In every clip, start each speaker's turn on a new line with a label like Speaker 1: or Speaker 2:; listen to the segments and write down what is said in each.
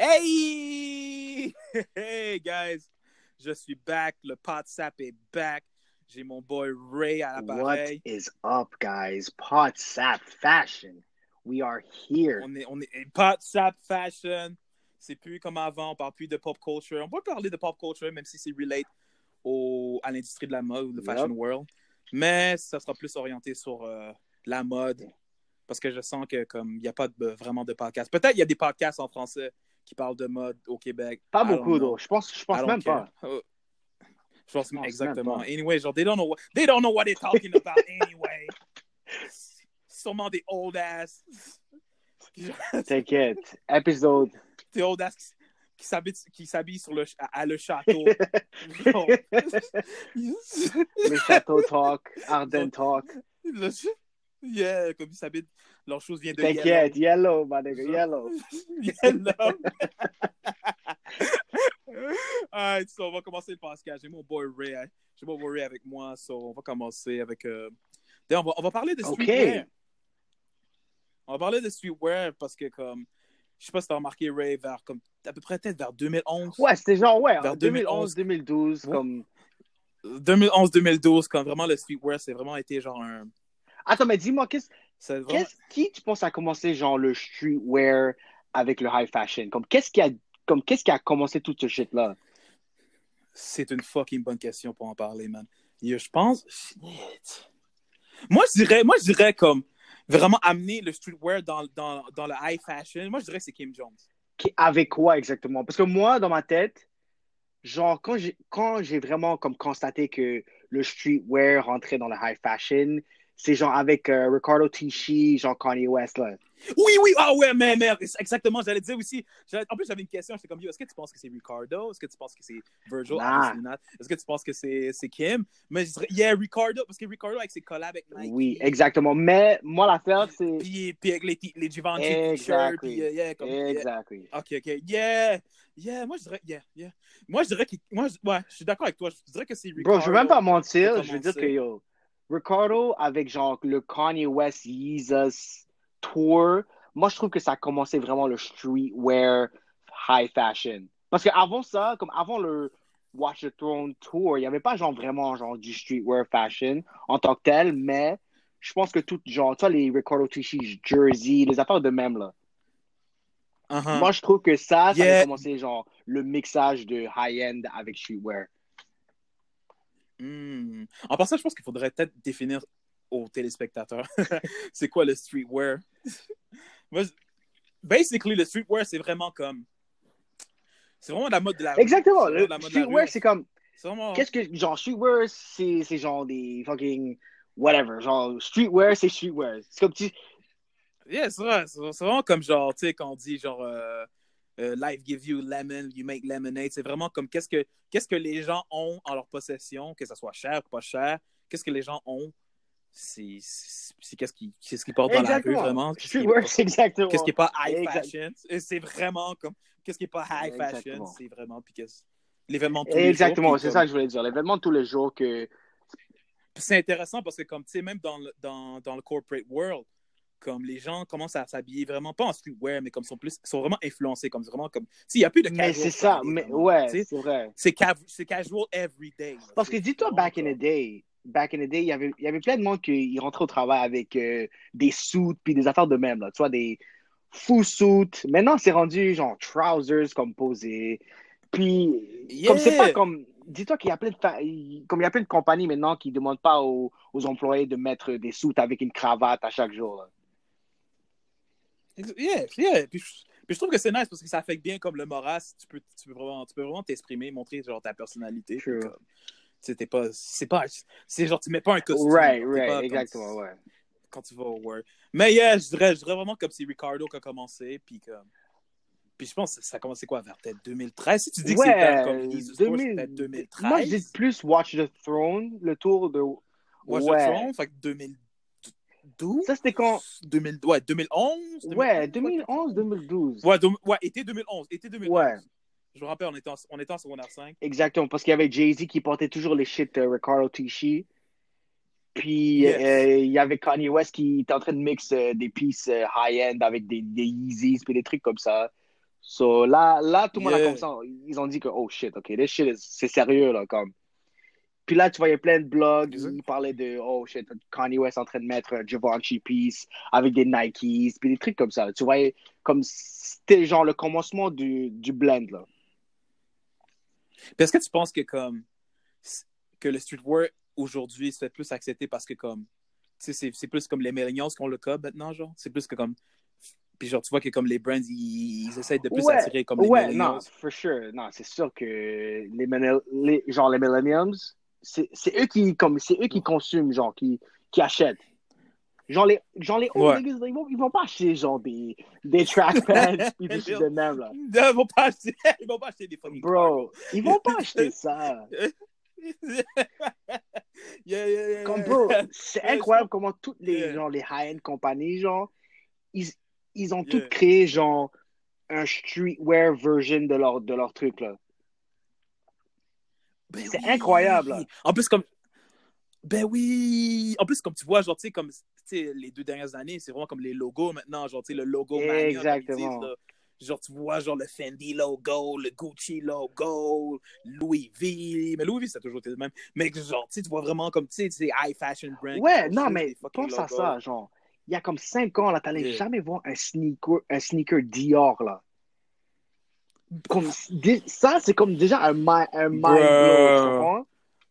Speaker 1: Hey! Hey, guys! Je suis back. Le PodSap est back. J'ai mon boy Ray à l'appareil.
Speaker 2: What is up, guys? PodSap Fashion. We are here.
Speaker 1: On est PodSap Fashion. C'est plus comme avant. On parle plus de pop culture. On peut parler de pop culture, même si c'est relate à l'industrie de la mode, le fashion world. Mais ça sera plus orienté sur la mode. Parce que je sens que comme il n'y a pas vraiment de podcast. Peut-être il y a des podcasts en français qui parlent de mode au Québec.
Speaker 2: Pas beaucoup, though. Je pense même pas.
Speaker 1: Je pense exactement. Anyway, genre, they don't know what they're talking about anyway. Sûrement des old ass.
Speaker 2: T'inquiète. Épisode.
Speaker 1: Des old ass qui s'habillent à le château.
Speaker 2: Le château talk, Arden talk.
Speaker 1: Yeah, comme ils s'habitent, leur chose vient de
Speaker 2: T'inquiète, yellow, my nigga, yellow.
Speaker 1: Yellow. Alright, so on va commencer le podcast. J'ai mon boy Ray avec moi, so on va commencer avec... On va parler de streetwear. On va parler de streetwear parce que comme... Je sais pas si t'as remarqué Ray vers comme à peu près peut-être vers 2011.
Speaker 2: Ouais, c'était genre,
Speaker 1: vers
Speaker 2: 2011-2012, comme...
Speaker 1: 2011-2012, quand vraiment le streetwear, c'est vraiment été genre un...
Speaker 2: Attends, mais dis-moi, qui tu penses a commencé genre le streetwear avec le high fashion? Qu'est-ce qui a commencé tout ce shit-là?
Speaker 1: C'est une fucking bonne question pour en parler, man. Je pense... Moi, je dirais comme vraiment amener le streetwear dans le high fashion. Moi, je dirais que c'est Kim Jones.
Speaker 2: Avec quoi exactement? Parce que moi, dans ma tête, genre, quand j'ai vraiment comme constaté que le streetwear rentrait dans le high fashion, c'est genre avec Riccardo Tisci, genre Kanye West, là.
Speaker 1: Oui, ah ouais, mais exactement, j'allais dire aussi. En plus, j'avais une question, j'étais comme, est-ce que tu penses que c'est Riccardo? Est-ce que tu penses que c'est Virgil? Est-ce que tu penses que c'est Kim? Mais je dirais, Riccardo, parce que Riccardo avec ses collabs avec Nike.
Speaker 2: Oui, exactement. Mais moi, l'affaire, c'est...
Speaker 1: Puis avec les Givenchy t-shirts.
Speaker 2: Exactly.
Speaker 1: OK. Yeah, moi, je dirais, Moi, je dirais que, je suis d'accord avec toi. Je dirais que c'est Riccardo.
Speaker 2: Bro, je veux même pas mentir, je veux dire que, yo, Riccardo avec genre le Kanye West Yeezus tour, moi je trouve que ça a commencé vraiment le streetwear high fashion. Parce qu'avant ça, comme avant le Watch the Throne tour, il n'y avait pas genre vraiment genre du streetwear fashion en tant que tel, mais je pense que tout genre, tu vois, les Riccardo Tisci jersey, les affaires de même là. Moi je trouve que ça a commencé genre le mixage de high-end avec streetwear.
Speaker 1: En passant, je pense qu'il faudrait peut-être définir aux téléspectateurs c'est quoi le streetwear. Basically, le streetwear, c'est vraiment comme... C'est vraiment la mode de la rue.
Speaker 2: Exactement. Le streetwear, c'est comme...
Speaker 1: Vraiment...
Speaker 2: Qu'est-ce que... Genre, streetwear, c'est genre des fucking... Whatever. Genre, streetwear, c'est streetwear. C'est comme tu...
Speaker 1: Yeah, c'est vrai. C'est vraiment comme genre, tu sais, quand on dit genre... life give you lemon, you make lemonade. C'est vraiment comme qu'est-ce que les gens ont en leur possession, que ça soit cher ou pas cher, qu'est-ce que les gens ont, c'est qu'est-ce qu'ils portent dans la rue vraiment.
Speaker 2: Streetwear, c'est exactement.
Speaker 1: Qu'est-ce qui n'est pas high fashion. Et c'est vraiment comme qu'est-ce qui n'est pas high fashion, c'est vraiment puis l'événement de tous les jours.
Speaker 2: Exactement, c'est ça que je voulais dire. L'événement de tous les jours que...
Speaker 1: C'est intéressant parce que comme tu sais, même dans le corporate world, comme les gens commencent à s'habiller vraiment pas en streetwear, mais comme sont vraiment influencés, comme vraiment comme s'il y a plus de casual.
Speaker 2: Mais c'est ça, mais vraiment, ouais, c'est vrai.
Speaker 1: C'est casual every day.
Speaker 2: Parce que dis-toi, back in the day, il y avait plein de monde qui rentrait au travail avec des suits puis des affaires de même, là. Tu vois, des full suits. Maintenant, c'est rendu genre trousers comme posés. Puis, comme c'est pas comme... Dis-toi qu'il y a plein de compagnies maintenant qui ne demandent pas aux employés de mettre des suits avec une cravate à chaque jour, là.
Speaker 1: Yeah. Puis je trouve que c'est nice parce que ça affecte bien comme le moral. Tu peux vraiment t'exprimer, montrer genre ta personnalité. Comme, c'est genre tu mets pas un costume.
Speaker 2: Right, exactement, ouais.
Speaker 1: Quand tu vas au work. Mais yeah, je dirais vraiment comme c'est Riccardo qui a commencé, puis je pense que ça a commencé quoi vers peut-être 2013. Si tu dis que c'est vers comme Yeezus Tour, c'est peut-être 2013.
Speaker 2: Moi, je dis plus Watch the Throne, le tour de
Speaker 1: Watch the Throne, fait que 2012.
Speaker 2: Ça, c'était quand?
Speaker 1: 2011?
Speaker 2: Ouais, 2011, 2012.
Speaker 1: Ouais, été 2011.
Speaker 2: Ouais.
Speaker 1: Je me rappelle, on était en secondaire 5.
Speaker 2: Exactement, parce qu'il y avait Jay-Z qui portait toujours les shit Riccardo Tisci. Puis, il y avait Kanye West qui était en train de mixer des pieces high-end avec des Yeezys puis des trucs comme ça. So, là, tout le monde a comme ça. Ils ont dit que, oh shit, OK, this shit, c'est sérieux, là, comme. Puis là, tu voyais plein de blogs, ils parlaient de, oh shit, Kanye West en train de mettre un Givenchy piece avec des Nikes, puis des trucs comme ça. Tu voyais, comme, c'était genre le commencement du blend, là.
Speaker 1: Puis est-ce que tu penses que, comme, que le streetwear, aujourd'hui, se fait plus accepter parce que, comme, tu sais, c'est plus comme les millennials qui ont le code maintenant, genre? C'est plus que, comme... Puis genre, tu vois que comme les brands, ils essaient de plus attirer comme les millennials.
Speaker 2: Non, for sure. Non, c'est sûr que les millennials, c'est eux qui consument, genre, qui achètent. Genre les old niggas, ils vont pas acheter genre des track pants pis des choses de même, là.
Speaker 1: Ils vont pas acheter des fucking
Speaker 2: bro, ils vont pas acheter ça. Comme bro, c'est incroyable comment toutes les genre les high-end compagnies, genre, ils ont toutes créé genre un streetwear version de leur truc, là.
Speaker 1: Ben
Speaker 2: c'est incroyable, là.
Speaker 1: En plus, comme... Ben oui! En plus, comme tu vois, genre, tu sais, comme les 2 dernières années, c'est vraiment comme les logos maintenant, genre, tu sais, le logo Mania,
Speaker 2: exactement.
Speaker 1: Disent, genre, tu vois, genre, le Fendi logo, le Gucci logo, Louis V. Mais Louis V, ça a toujours été le même. Mais genre, tu vois vraiment comme, tu sais, c'est high fashion brand.
Speaker 2: Ouais, non, mais pense à ça, genre, il y a comme 5 ans, là, t'allais jamais voir un sneaker Dior, là. Comme, ça, c'est comme déjà un mind blow, tu comprends?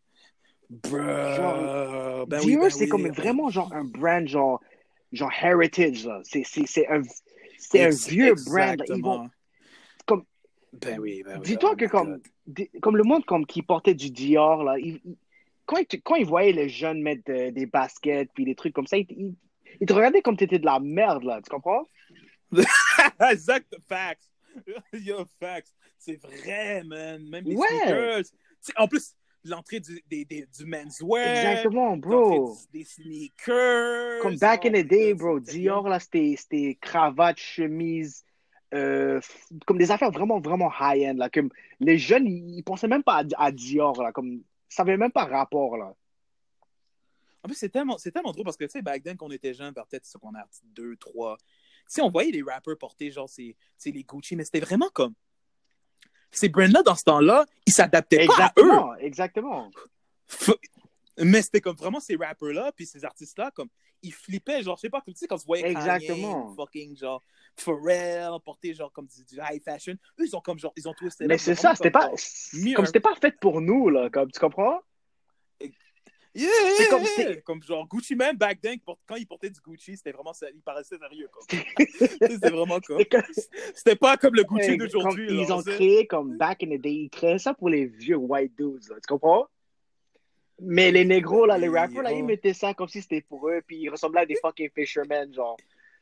Speaker 2: Genre, Dior, c'est comme vraiment genre un brand, genre heritage, là. C'est un vieux brand, là. Ils vont, comme, dis-toi que comme le monde comme, qui portait du Dior, là, quand ils voyaient les jeunes mettre des baskets puis des trucs comme ça, ils te regardaient comme t'étais de la merde, là, tu comprends?
Speaker 1: Exact, facts. Yo, facts. C'est vrai, man. Même les sneakers. En plus, l'entrée du menswear.
Speaker 2: Exactement, bro.
Speaker 1: Des sneakers.
Speaker 2: Comme back in the day, bro, Dior, là, c'était cravate, chemise, comme des affaires vraiment, vraiment high-end, là. Comme les jeunes, ils pensaient même pas à Dior, là. Comme, ça avait même pas rapport, là.
Speaker 1: En plus, c'est tellement drôle parce que, tu sais, back then, quand on était jeunes, peut-être qu'on a 2, 3. Tu sais, on voyait les rappers porter, genre, les Gucci, mais c'était vraiment comme. Ces brands-là, dans ce temps-là, ils s'adaptaient pas à eux.
Speaker 2: Exactement.
Speaker 1: Mais c'était comme vraiment ces rappers-là, puis ces artistes-là, comme, ils flippaient, genre, je sais pas, comme tu sais, quand tu voyais Kanye, fucking, genre, Pharrell, porter, genre, comme du high fashion, eux, ils ont comme, genre, ils ont twisté.
Speaker 2: Mais c'est ça, c'était pas fait pour nous, là, comme, tu comprends?
Speaker 1: Yeah! Comme genre Gucci Man back then, quand il portait du Gucci, c'était vraiment il paraissait sérieux. C'était vraiment comme. C'était pas comme le Gucci d'aujourd'hui.
Speaker 2: Ils ont créé comme back in the day, ils créaient ça pour les vieux white dudes, là, tu comprends? Mais les négros, là, les rappers, là, ils mettaient ça comme si c'était pour eux, puis ils ressemblaient à des fucking fishermen, genre.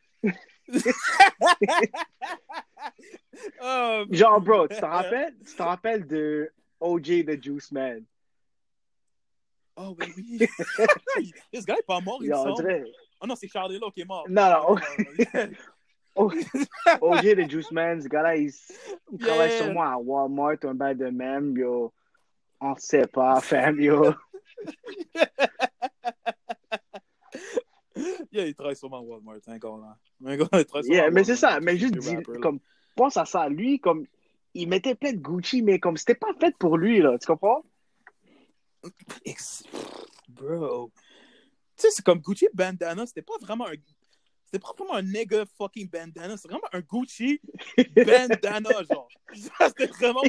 Speaker 2: Genre, bro, tu te rappelles de OJ the Juice Man?
Speaker 1: Oh, ben oui. Ce gars est pas mort, il me semble. Oh non, c'est Charles-Lo qui est mort.
Speaker 2: Non. OJ the Juice Man, ce gars-là, il travaille sûrement à Walmart, un bail de même, yo. On sait pas, fam, yo.
Speaker 1: Il travaille sûrement à Walmart, un gars là.
Speaker 2: Mais c'est ça, mais juste comme, pense à ça, lui, comme, il mettait plein de Gucci, mais comme, c'était pas fait pour lui, là, tu comprends?
Speaker 1: Bro. Tu sais, c'est comme Gucci bandana, c'était pas vraiment un nigga fucking bandana, c'est vraiment un Gucci bandana, genre. C'était vraiment.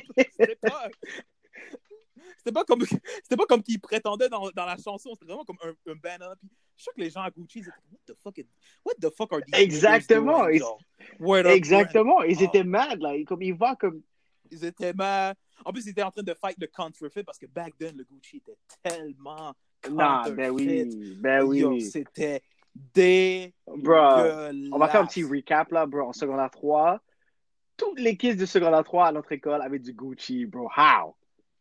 Speaker 1: C'était pas comme qu'il prétendait dans la chanson, c'était vraiment comme un bandana. Puis je suis sûr que les gens à Gucci, ils étaient what the fuck are these
Speaker 2: Exactement. Exactement. Ils étaient mad, là.
Speaker 1: Ils étaient mad. En plus, ils étaient en train de fight le counterfeit parce que back then, le Gucci était tellement counterfeit.
Speaker 2: Ben oui.
Speaker 1: Yo, c'était dégueulasse.
Speaker 2: Bro, on va faire un petit recap, là, bro. En secondaire 3, toutes les kids de secondaire 3 à notre école avaient du Gucci, bro. How?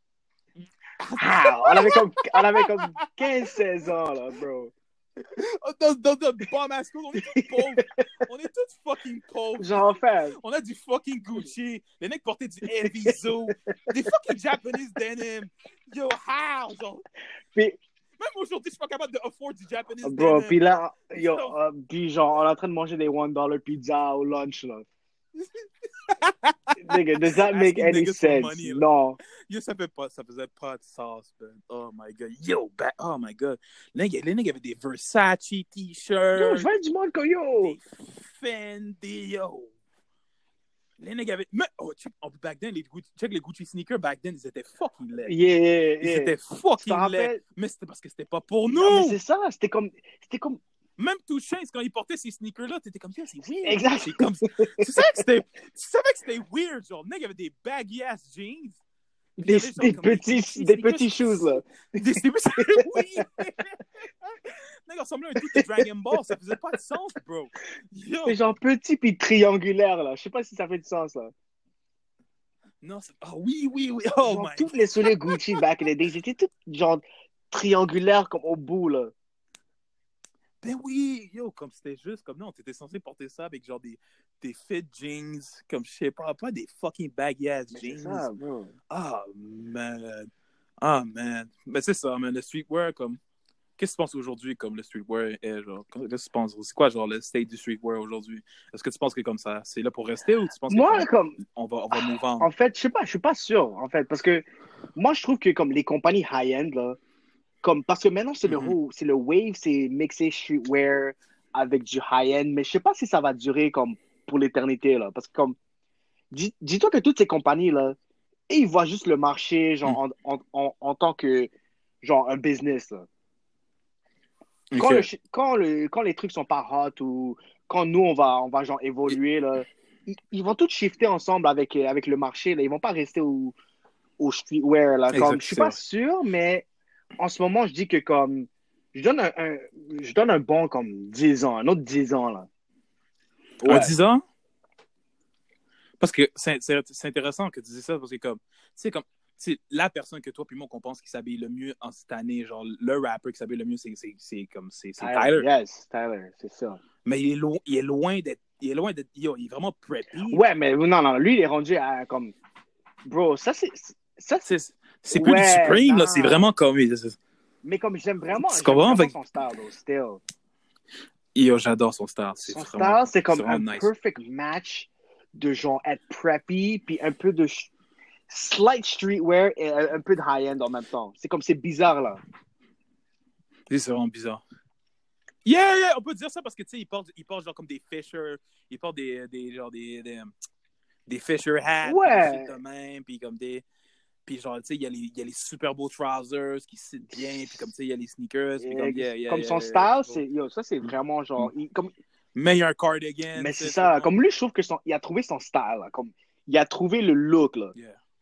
Speaker 2: On avait comme 15-16 ans, là, bro.
Speaker 1: Dans bomb ass school, on est tous pauvres. On est tous fucking pauvres.
Speaker 2: Genre, fait.
Speaker 1: On a du fucking Gucci. Les mecs portaient du Heavy Zoo. Des fucking Japanese denim. Yo, how? Genre. Même aujourd'hui, je suis pas capable de afford du Japanese denim.
Speaker 2: Bro, puis là, puis genre, on est en train de manger des $1 pizza au lunch, là. Nigga, does that make any sense?
Speaker 1: Money,
Speaker 2: non.
Speaker 1: Yo, ça faisait pas de sens, man. Oh my god. Yo, oh my god. Les niggas avaient des Versace t-shirts.
Speaker 2: Yo, je vois du monde comme yo.
Speaker 1: Des Fendi, yo. Les niggas avaient. Mais, back then, check les Gucci sneakers, back then, ils étaient fucking laids.
Speaker 2: Yeah.
Speaker 1: Ils étaient fucking laids. Mais c'était parce que c'était pas pour nous.
Speaker 2: Non, mais c'est ça. C'était comme.
Speaker 1: Même Two Chainz, quand il portait ces sneakers-là, t'étais comme, c'est weird.
Speaker 2: Exact.
Speaker 1: Tu savais que c'était weird, genre. Le mec avait des baggy-ass jeans.
Speaker 2: Des petits shoes, là.
Speaker 1: Oui. Le mec ressemblait à un truc de Dragon Ball. Ça faisait pas de sens, bro.
Speaker 2: C'est genre petit puis triangulaire, là. Je sais pas si ça fait du sens, là.
Speaker 1: Non, oui. Oh
Speaker 2: genre,
Speaker 1: my
Speaker 2: tous les souliers Gucci back in the days, ils étaient tous genre triangulaires comme au bout, là.
Speaker 1: Ben oui, yo, comme c'était juste comme non, t'étais censé porter ça avec genre des fit jeans, comme je sais pas des fucking baggy ass jeans.
Speaker 2: C'est ça, bro.
Speaker 1: Man. Mais c'est ça, man, le streetwear, comme, qu'est-ce que tu penses aujourd'hui, comme le streetwear est, genre, qu'est-ce que tu penses, c'est quoi, genre, le state du streetwear aujourd'hui? Est-ce que tu penses que comme ça, c'est là pour rester ou tu penses
Speaker 2: moi,
Speaker 1: que
Speaker 2: comme,
Speaker 1: on va move on?
Speaker 2: En fait, je sais pas, je suis pas sûr, en fait, parce que moi, je trouve que comme les compagnies high-end, là, comme, parce que maintenant, c'est le wave, c'est mixer streetwear avec du high-end, mais je sais pas si ça va durer comme pour l'éternité, là. Parce que comme, dis-toi que toutes ces compagnies, là, ils voient juste le marché, genre, en tant que, genre, un business, là.
Speaker 1: Okay.
Speaker 2: Quand les trucs sont pas hot ou quand nous, on va genre, évoluer, là, ils vont tous shifter ensemble avec le marché, là. Ils vont pas rester au streetwear, là. Comme, je suis pas sûr, mais en ce moment, je dis que comme je donne un bon comme 10 ans, un autre 10 ans là.
Speaker 1: Ouais. Un 10 ans? Parce que c'est intéressant que tu dises ça, parce que comme, tu sais, la personne que toi puis moi qu'on pense qui s'habille le mieux en cette année, genre le rapper qui s'habille le mieux, c'est Tyler.
Speaker 2: Yes, Tyler, c'est ça.
Speaker 1: Mais il est loin d'être, il est vraiment preppy.
Speaker 2: Ouais, mais non, lui il est rendu à comme, bro,
Speaker 1: c'est plus du Supreme, là, c'est vraiment comme...
Speaker 2: Mais comme j'aime vraiment son style, though, still.
Speaker 1: Yo, j'adore son style.
Speaker 2: Son style, c'est comme un nice. Perfect match de genre être preppy, puis un peu de slight streetwear et un peu de high-end en même temps. C'est comme, c'est bizarre, là.
Speaker 1: C'est vraiment bizarre. Yeah, on peut dire ça parce que, tu sais, il porte genre comme des Fisher, il porte des Fisher hats,
Speaker 2: ouais.
Speaker 1: de même, puis comme des... Puis genre, tu sais, il y a les super beaux trousers qui sit bien, puis comme, tu sais, il y a les sneakers. Puis
Speaker 2: comme son style, ça, c'est vraiment genre...
Speaker 1: meilleur cardigan.
Speaker 2: Mais c'est ça. Comme lui, je trouve il a trouvé son style. Là. Comme, il a trouvé le look, là.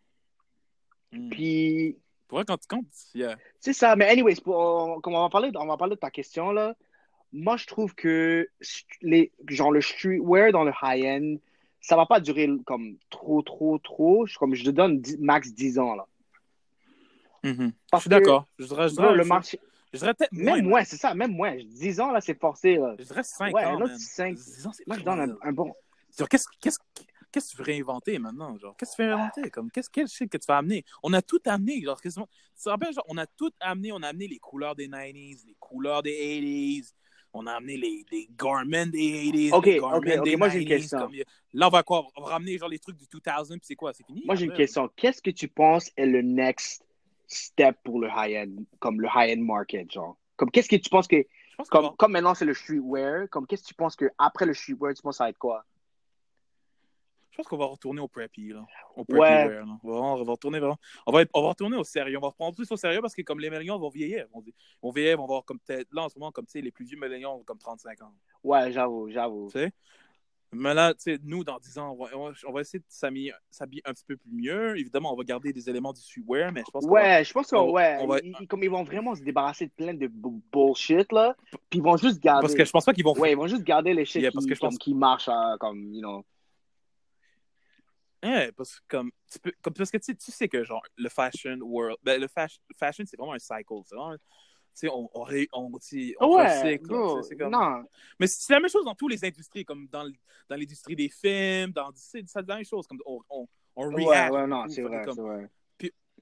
Speaker 2: Puis...
Speaker 1: Pour vrai, quand tu comptes,
Speaker 2: c'est ça. Mais anyways, comme on va parler de ta question, là, moi, je trouve que genre le streetwear dans le high-end, ça va pas durer comme trop. Comme je te donne max 10 ans, là.
Speaker 1: Mm-hmm. Je suis d'accord. Je dirais
Speaker 2: le marché...
Speaker 1: Je dirais peut-être
Speaker 2: moins. Même moins, c'est ça. Même moins. 10 ans, là, c'est forcé. Là.
Speaker 1: Je dirais 5
Speaker 2: ans.
Speaker 1: Un
Speaker 2: autre 5.
Speaker 1: 10 ans, c'est
Speaker 2: moi, je donne un bon...
Speaker 1: Genre, qu'est-ce que tu veux réinventer maintenant? Genre, qu'est-ce que tu veux réinventer? Comme, quel shit que tu vas amener? On a tout amené. Genre, tu te rappelles, genre, on a tout amené. On a amené les couleurs des 90s, les couleurs des 80s. On a amené les garments des 80s, les garments des 90s.
Speaker 2: Moi, j'ai une question.
Speaker 1: Comme, là, on va ramener genre les trucs du 2000, puis c'est quoi? C'est fini?
Speaker 2: Moi, j'ai une question. Qu'est-ce que tu penses est le next step pour le high-end, comme le high-end market, genre? Comme, qu'est-ce que tu penses que... Comme maintenant, c'est le streetwear, comme, qu'est-ce que tu penses qu'après le streetwear, tu penses que ça va être quoi?
Speaker 1: Je pense qu'on va retourner au preppy, là. Au preppy wear, là. On va retourner vraiment. On va retourner au sérieux. On va reprendre plus au sérieux parce que comme les milléniaux vont vieillir. Vont vieillir, vont avoir comme peut-être là en ce moment, comme tu sais, les plus vieux milléniaux ont comme 35 ans.
Speaker 2: Ouais, j'avoue.
Speaker 1: Tu sais? Mais là, tu sais, nous, dans 10 ans, on va essayer de s'habiller un petit peu plus mieux. Évidemment, on va garder des éléments du streetwear, mais je pense
Speaker 2: ils vont vraiment se débarrasser de plein de bullshit, là. Puis ils vont juste garder...
Speaker 1: Parce que je pense pas qu'ils vont...
Speaker 2: Ouais, ils vont juste garder les shit qui marchent, comme, you know...
Speaker 1: Ouais, parce que tu sais que genre le fashion world, le fashion c'est vraiment un cycle, c'est vraiment, tu sais on recycle, c'est comme...
Speaker 2: non.
Speaker 1: Mais c'est la même chose dans toutes les industries, comme dans l'industrie des films, c'est la même chose, comme on react.
Speaker 2: Ouais, non, c'est vrai.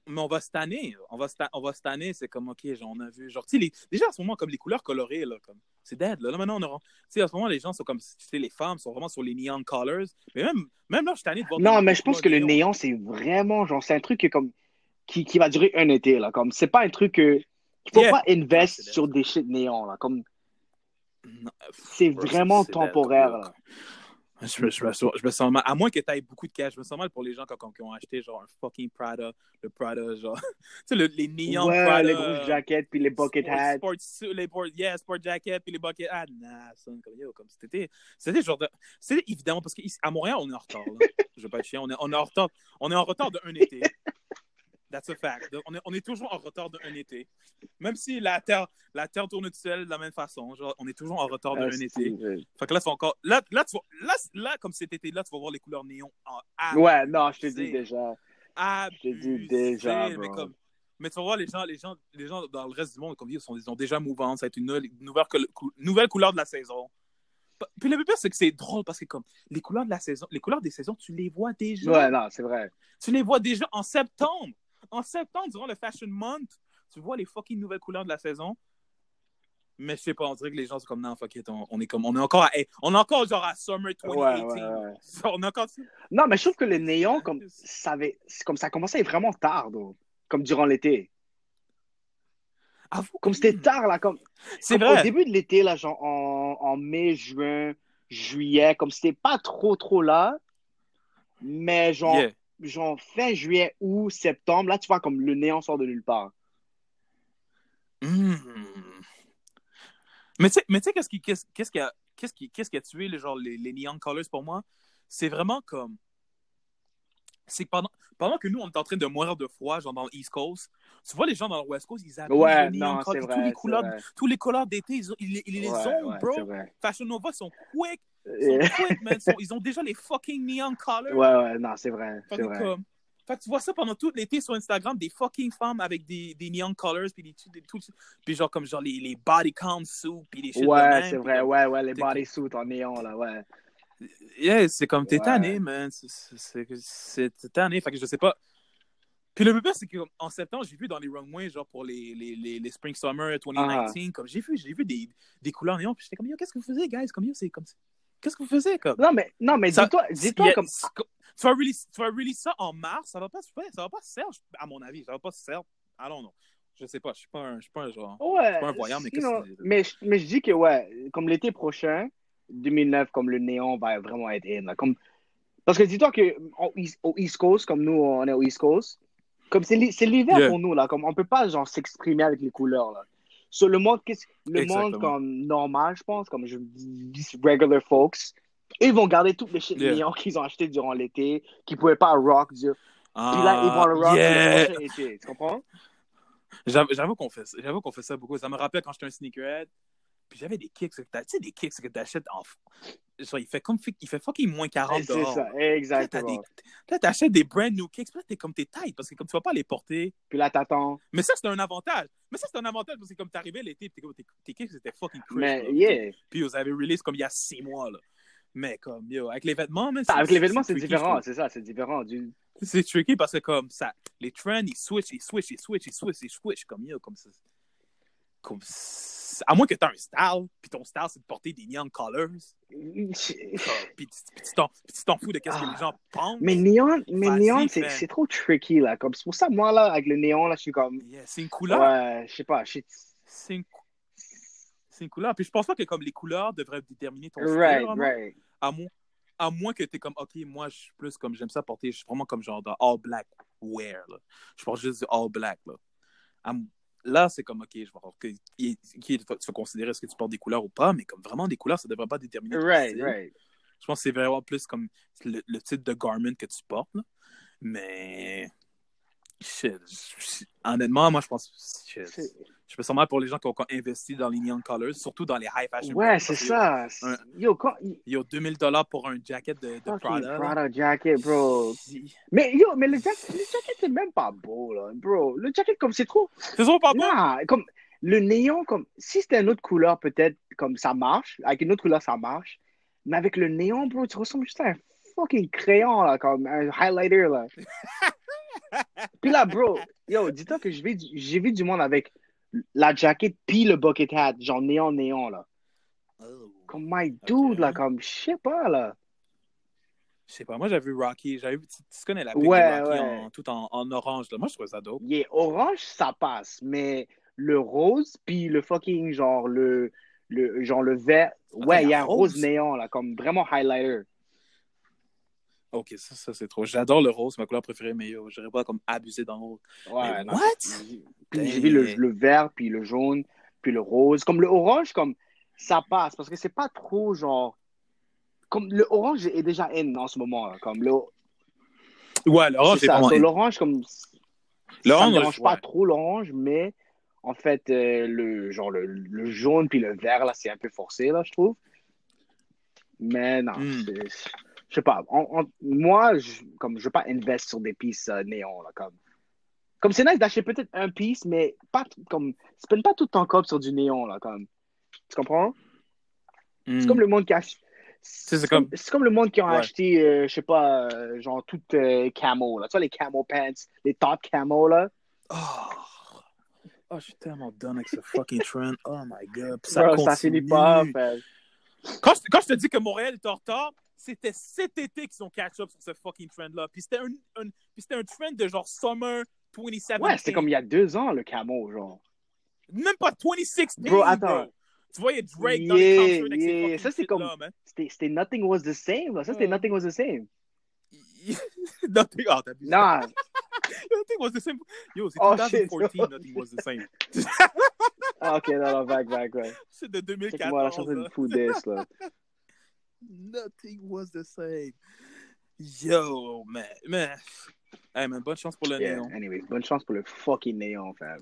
Speaker 1: Mais on va cette année. On va cette année, c'est comme, OK, genre, on a vu. Genre, tu sais, déjà, à ce moment, comme les couleurs colorées, là, comme, c'est dead. Là, maintenant, tu sais, à ce moment, les gens sont comme, tu sais, les femmes sont vraiment sur les neon colors. Mais même là, je suis tanné de voir
Speaker 2: Non, mais
Speaker 1: des
Speaker 2: je pense
Speaker 1: couleurs
Speaker 2: que le
Speaker 1: néon.
Speaker 2: néon, c'est vraiment, genre, c'est un truc qui va durer un été, là. Comme, c'est pas un truc qu'il faut
Speaker 1: Yeah.
Speaker 2: pas
Speaker 1: Non,
Speaker 2: invest
Speaker 1: c'est dead.
Speaker 2: sur des shit néons, là. Comme,
Speaker 1: Non,
Speaker 2: c'est
Speaker 1: bro,
Speaker 2: vraiment
Speaker 1: c'est dead. Comme,
Speaker 2: temporaire, là.
Speaker 1: Je me sens mal. À moins que tu aies beaucoup de cash, je me sens mal pour les gens qui ont acheté genre un fucking Prada, le Prada, genre. Tu sais, les néons
Speaker 2: Ouais,
Speaker 1: Prada,
Speaker 2: les grosses jaquettes, puis les bucket hats.
Speaker 1: sport jacket, puis les bucket hats. Nah, son, comme yo, comme c'était genre de. C'était évidemment parce qu'à Montréal, on est en retard, là. Je veux pas être chiant, on est en retard. On est en retard d'un été. That's a fact. On est toujours en retard d'un été. Même si la Terre tourne toute seule de la même façon, genre, on est toujours en retard d'un été. Fait que là, c'est encore. Là, comme cet été-là, tu vas voir les couleurs néons en
Speaker 2: Ouais, non, je te dis
Speaker 1: abusé.
Speaker 2: déjà. Je te dis déjà,
Speaker 1: Abusé.
Speaker 2: bro.
Speaker 1: Mais tu vas voir les gens dans le reste du monde, comme ils ont déjà mouvants. Ça va être une nouvelle couleur de la saison. Puis le pire, c'est que c'est drôle parce que comme les couleurs de la saison, les couleurs des saisons, tu les vois déjà.
Speaker 2: Ouais, non, c'est vrai.
Speaker 1: Tu les vois déjà en septembre. En septembre, durant le Fashion Month, tu vois les fucking nouvelles couleurs de la saison. Mais je sais pas, on dirait que les gens sont comme, non, fuck it, on est encore genre à Summer 2018.
Speaker 2: Ouais.
Speaker 1: On est encore...
Speaker 2: Non, mais je trouve que le néon, comme ça commençait vraiment tard, comme durant l'été. Comme c'était tard, là,
Speaker 1: c'est
Speaker 2: comme au
Speaker 1: vrai.
Speaker 2: début de l'été, là, genre en mai, juin, juillet, comme c'était pas trop là, mais genre fin juillet, août, septembre, là, tu vois, comme le néon sort de nulle part.
Speaker 1: Mais tu sais, qu'est-ce qui a tué les neon colors pour moi? C'est vraiment comme. C'est que pendant que nous, on est en train de mourir de froid, genre dans le East Coast, tu vois les gens dans le West Coast, ils abusent
Speaker 2: Ouais,
Speaker 1: de neon
Speaker 2: non,
Speaker 1: colors.
Speaker 2: c'est
Speaker 1: Puis
Speaker 2: vrai, c'est vrai.
Speaker 1: tous les couleurs d'été, ils les ont,
Speaker 2: Ouais, c'est
Speaker 1: bro.
Speaker 2: vrai.
Speaker 1: Fashion Nova sont quick. Sont quick, man. Ils ont déjà les fucking neon colors.
Speaker 2: Ouais, non, c'est vrai,
Speaker 1: Fait
Speaker 2: c'est
Speaker 1: que,
Speaker 2: vrai.
Speaker 1: fait que tu vois ça pendant tout l'été sur Instagram, des fucking femmes avec des neon colors, puis puis genre comme genre les body count suits, puis des shit de
Speaker 2: Ouais,
Speaker 1: même.
Speaker 2: c'est
Speaker 1: Puis
Speaker 2: vrai,
Speaker 1: comme,
Speaker 2: ouais, les bodysuits en néon, là, ouais.
Speaker 1: yeah, c'est comme t'es
Speaker 2: Ouais.
Speaker 1: tanné, man. C'est tanné. Fait que je sais pas. Puis le pire, c'est qu'en septembre, j'ai vu dans les runways, genre pour les Spring Summer 2019, comme j'ai vu des couleurs néon, puis j'étais comme, yo, qu'est-ce que vous faisiez, guys? Comme, yo, c'est comme, qu'est-ce que vous faisiez, comme?
Speaker 2: Non, mais
Speaker 1: Ça,
Speaker 2: dis-toi comme.
Speaker 1: tu vas release ça en mars, ça va pas se faire, à mon avis, ça va pas se faire. I don't know. Je sais pas, je suis pas un genre. Je suis
Speaker 2: Ouais,
Speaker 1: pas un voyant, mais qu'est-ce
Speaker 2: sinon,
Speaker 1: que
Speaker 2: mais je dis que, ouais, comme l'été prochain, 2009, comme le néon va vraiment être in, là, comme. Parce que dis-toi que au East Coast, comme nous, on est au East Coast, comme c'est l'hiver
Speaker 1: Yeah,
Speaker 2: pour nous, là, comme on peut pas, genre, s'exprimer avec les couleurs, là. Sur le monde
Speaker 1: exactement.
Speaker 2: comme normal, je pense, comme je dis, regular folks, ils vont garder toutes les shit
Speaker 1: Yeah.
Speaker 2: néons qu'ils ont acheté durant l'été, qu'ils pouvaient pas rock, puis là, ils vont le rock le
Speaker 1: Yeah!
Speaker 2: prochain été, tu comprends?
Speaker 1: J'avoue qu'on fait ça beaucoup. Ça me rappelle quand j'étais un sneakerhead, puis j'avais des kicks, tu sais, des kicks que t'achètes en. Genre, il fait fucking moins 40
Speaker 2: C'est
Speaker 1: dehors.
Speaker 2: ça,
Speaker 1: Là.
Speaker 2: exactement.
Speaker 1: Là, t'achètes des brand new kicks, puis là, t'es comme t'es tight, parce que comme tu vas pas les porter.
Speaker 2: Puis là, t'attends.
Speaker 1: Mais ça, c'est un avantage. Parce que comme t'arrivais l'été, puis tes kicks, c'était fucking crisp.
Speaker 2: Mais,
Speaker 1: Là,
Speaker 2: yeah.
Speaker 1: puis vous avez release comme il y a 6 mois. Là. Mais comme, yo, avec les vêtements, mais
Speaker 2: Avec l'événement,
Speaker 1: c'est
Speaker 2: c'est
Speaker 1: tricky, je
Speaker 2: différent,
Speaker 1: trouve.
Speaker 2: c'est ça, c'est différent.
Speaker 1: C'est tricky parce que comme ça, les trends, ils switch. Comme, yo, comme à moins que tu aies un style, puis ton style, c'est de porter des neon colors. Puis tu t'en fous de qu'est-ce que les gens pensent.
Speaker 2: Mais néon, c'est trop tricky, là. Comme, c'est pour ça, moi, là, avec le néon, là, je suis comme.
Speaker 1: Yeah, c'est une couleur.
Speaker 2: Ouais, je sais pas.
Speaker 1: C'est une couleur. Puis je pense pas que comme les couleurs devraient déterminer ton style,
Speaker 2: Right,
Speaker 1: vraiment.
Speaker 2: right.
Speaker 1: À moins que tu es comme, OK, moi, je suis plus comme, j'aime ça porter, je suis vraiment comme genre de all black wear. Là. Je porte juste du all black. Là, là c'est comme, OK, je vais voir. Tu vas considérer est-ce que tu portes des couleurs ou pas, mais comme vraiment des couleurs, ça devrait pas déterminer ton style.
Speaker 2: Right.
Speaker 1: Je pense que c'est vraiment plus comme le type de garment que tu portes. Là. Mais, honnêtement, moi, je pense, je me sens mal pour les gens qui ont investi dans les neon colors, surtout dans les high fashion
Speaker 2: Ouais,
Speaker 1: brands.
Speaker 2: c'est ça. Yo,
Speaker 1: il y a $2000 pour un jacket de Prada.
Speaker 2: Prada jacket, bro. Mais le jacket, c'est même pas beau, là, bro. Le jacket, comme c'est trop.
Speaker 1: C'est trop pas beau?
Speaker 2: Nah, comme le néon, comme si c'était une autre couleur, peut-être, comme ça marche. Avec une autre couleur, ça marche. Mais avec le néon, bro, tu ressembles juste à un fucking crayon, là, comme un highlighter, là. Puis là, bro, Yo, dis-toi que j'ai vu du monde avec la jaquette puis le bucket hat, genre néon, là.
Speaker 1: Oh,
Speaker 2: Comme my dude, là,
Speaker 1: ok.
Speaker 2: comme, je sais pas, là.
Speaker 1: Je sais pas, moi j'avais vu Rocky, tu connais la pic de
Speaker 2: Ouais,
Speaker 1: Rocky
Speaker 2: ouais.
Speaker 1: tout en orange, là. Moi je trouvais ça dope.
Speaker 2: Il est orange, ça passe, mais le rose puis le fucking, genre le vert,
Speaker 1: Attends, il
Speaker 2: ouais,
Speaker 1: y
Speaker 2: il y
Speaker 1: a
Speaker 2: a un rose
Speaker 1: rose.
Speaker 2: néon, là, comme vraiment highlighter.
Speaker 1: Ok, ça c'est trop. J'adore le rose, c'est ma couleur préférée, mais yo, j'aurais pas comme abusé dans le rose. Mais
Speaker 2: Ouais, non,
Speaker 1: what?
Speaker 2: puis j'ai vu
Speaker 1: Damn.
Speaker 2: le vert, puis le jaune, puis le rose. Comme le orange, comme ça passe, parce que c'est pas trop genre. Comme le orange est déjà in en ce moment, là, comme le.
Speaker 1: Ouais,
Speaker 2: C'est
Speaker 1: l'orange c'est
Speaker 2: ça.
Speaker 1: vraiment
Speaker 2: Sur
Speaker 1: in.
Speaker 2: l'orange, comme ça me
Speaker 1: L'orange,
Speaker 2: dérange pas
Speaker 1: ouais.
Speaker 2: trop l'orange, mais en fait, le jaune puis le vert, là, c'est un peu forcé, là, je trouve. Mais non,
Speaker 1: Hmm.
Speaker 2: je sais pas. Moi, comme je veux pas investir sur des pistes néons, là, comme c'est nice d'acheter peut-être un piece, mais pas comme. Spend pas tout ton cop sur du néon, là, comme. Tu comprends? C'est comme
Speaker 1: Hmm.
Speaker 2: le monde qui a.
Speaker 1: Tu sais, c'est comme.
Speaker 2: C'est comme le monde qui a
Speaker 1: Ouais.
Speaker 2: acheté, je sais pas, genre tout camo, là. Tu vois, les camo pants, les top camo, là.
Speaker 1: Oh. Oh, je suis tellement done avec ce fucking trend. Oh my god. Puis ça
Speaker 2: Bro, ça finit pas,
Speaker 1: continue.
Speaker 2: fait.
Speaker 1: Quand je te dis que Montréal est en retard, c'était cet été qu'ils ont catch up sur ce fucking trend-là. Puis c'était un trend de genre Summer
Speaker 2: Ouais, c'était comme
Speaker 1: 2017.
Speaker 2: il y a 2 ans, le camo, genre.
Speaker 1: Même pas
Speaker 2: Bro,
Speaker 1: 2016,
Speaker 2: attends.
Speaker 1: bro. Tu voyais Drake dans les concerts avec ses
Speaker 2: Yeah.
Speaker 1: fucking
Speaker 2: Ça, c'est comme.
Speaker 1: shit-là, man.
Speaker 2: C'était Nothing Was the Same, là. Ça, c'était
Speaker 1: Uh,
Speaker 2: Nothing Was the Same.
Speaker 1: nothing. Oh, t'abuses.
Speaker 2: Non.
Speaker 1: Nothing was the same. Yo, c'est
Speaker 2: Oh, shit.
Speaker 1: 2014, nothing was the same.
Speaker 2: Ah, ok, non, vague, ouais.
Speaker 1: C'est de
Speaker 2: C'est que moi, la
Speaker 1: 2014,
Speaker 2: chanson de
Speaker 1: là.
Speaker 2: Foodist, là.
Speaker 1: Nothing was the same. Yo, man. Hey, man, bonne chance pour le
Speaker 2: Yeah,
Speaker 1: néon.
Speaker 2: anyway, bonne chance pour le fucking néon, fam.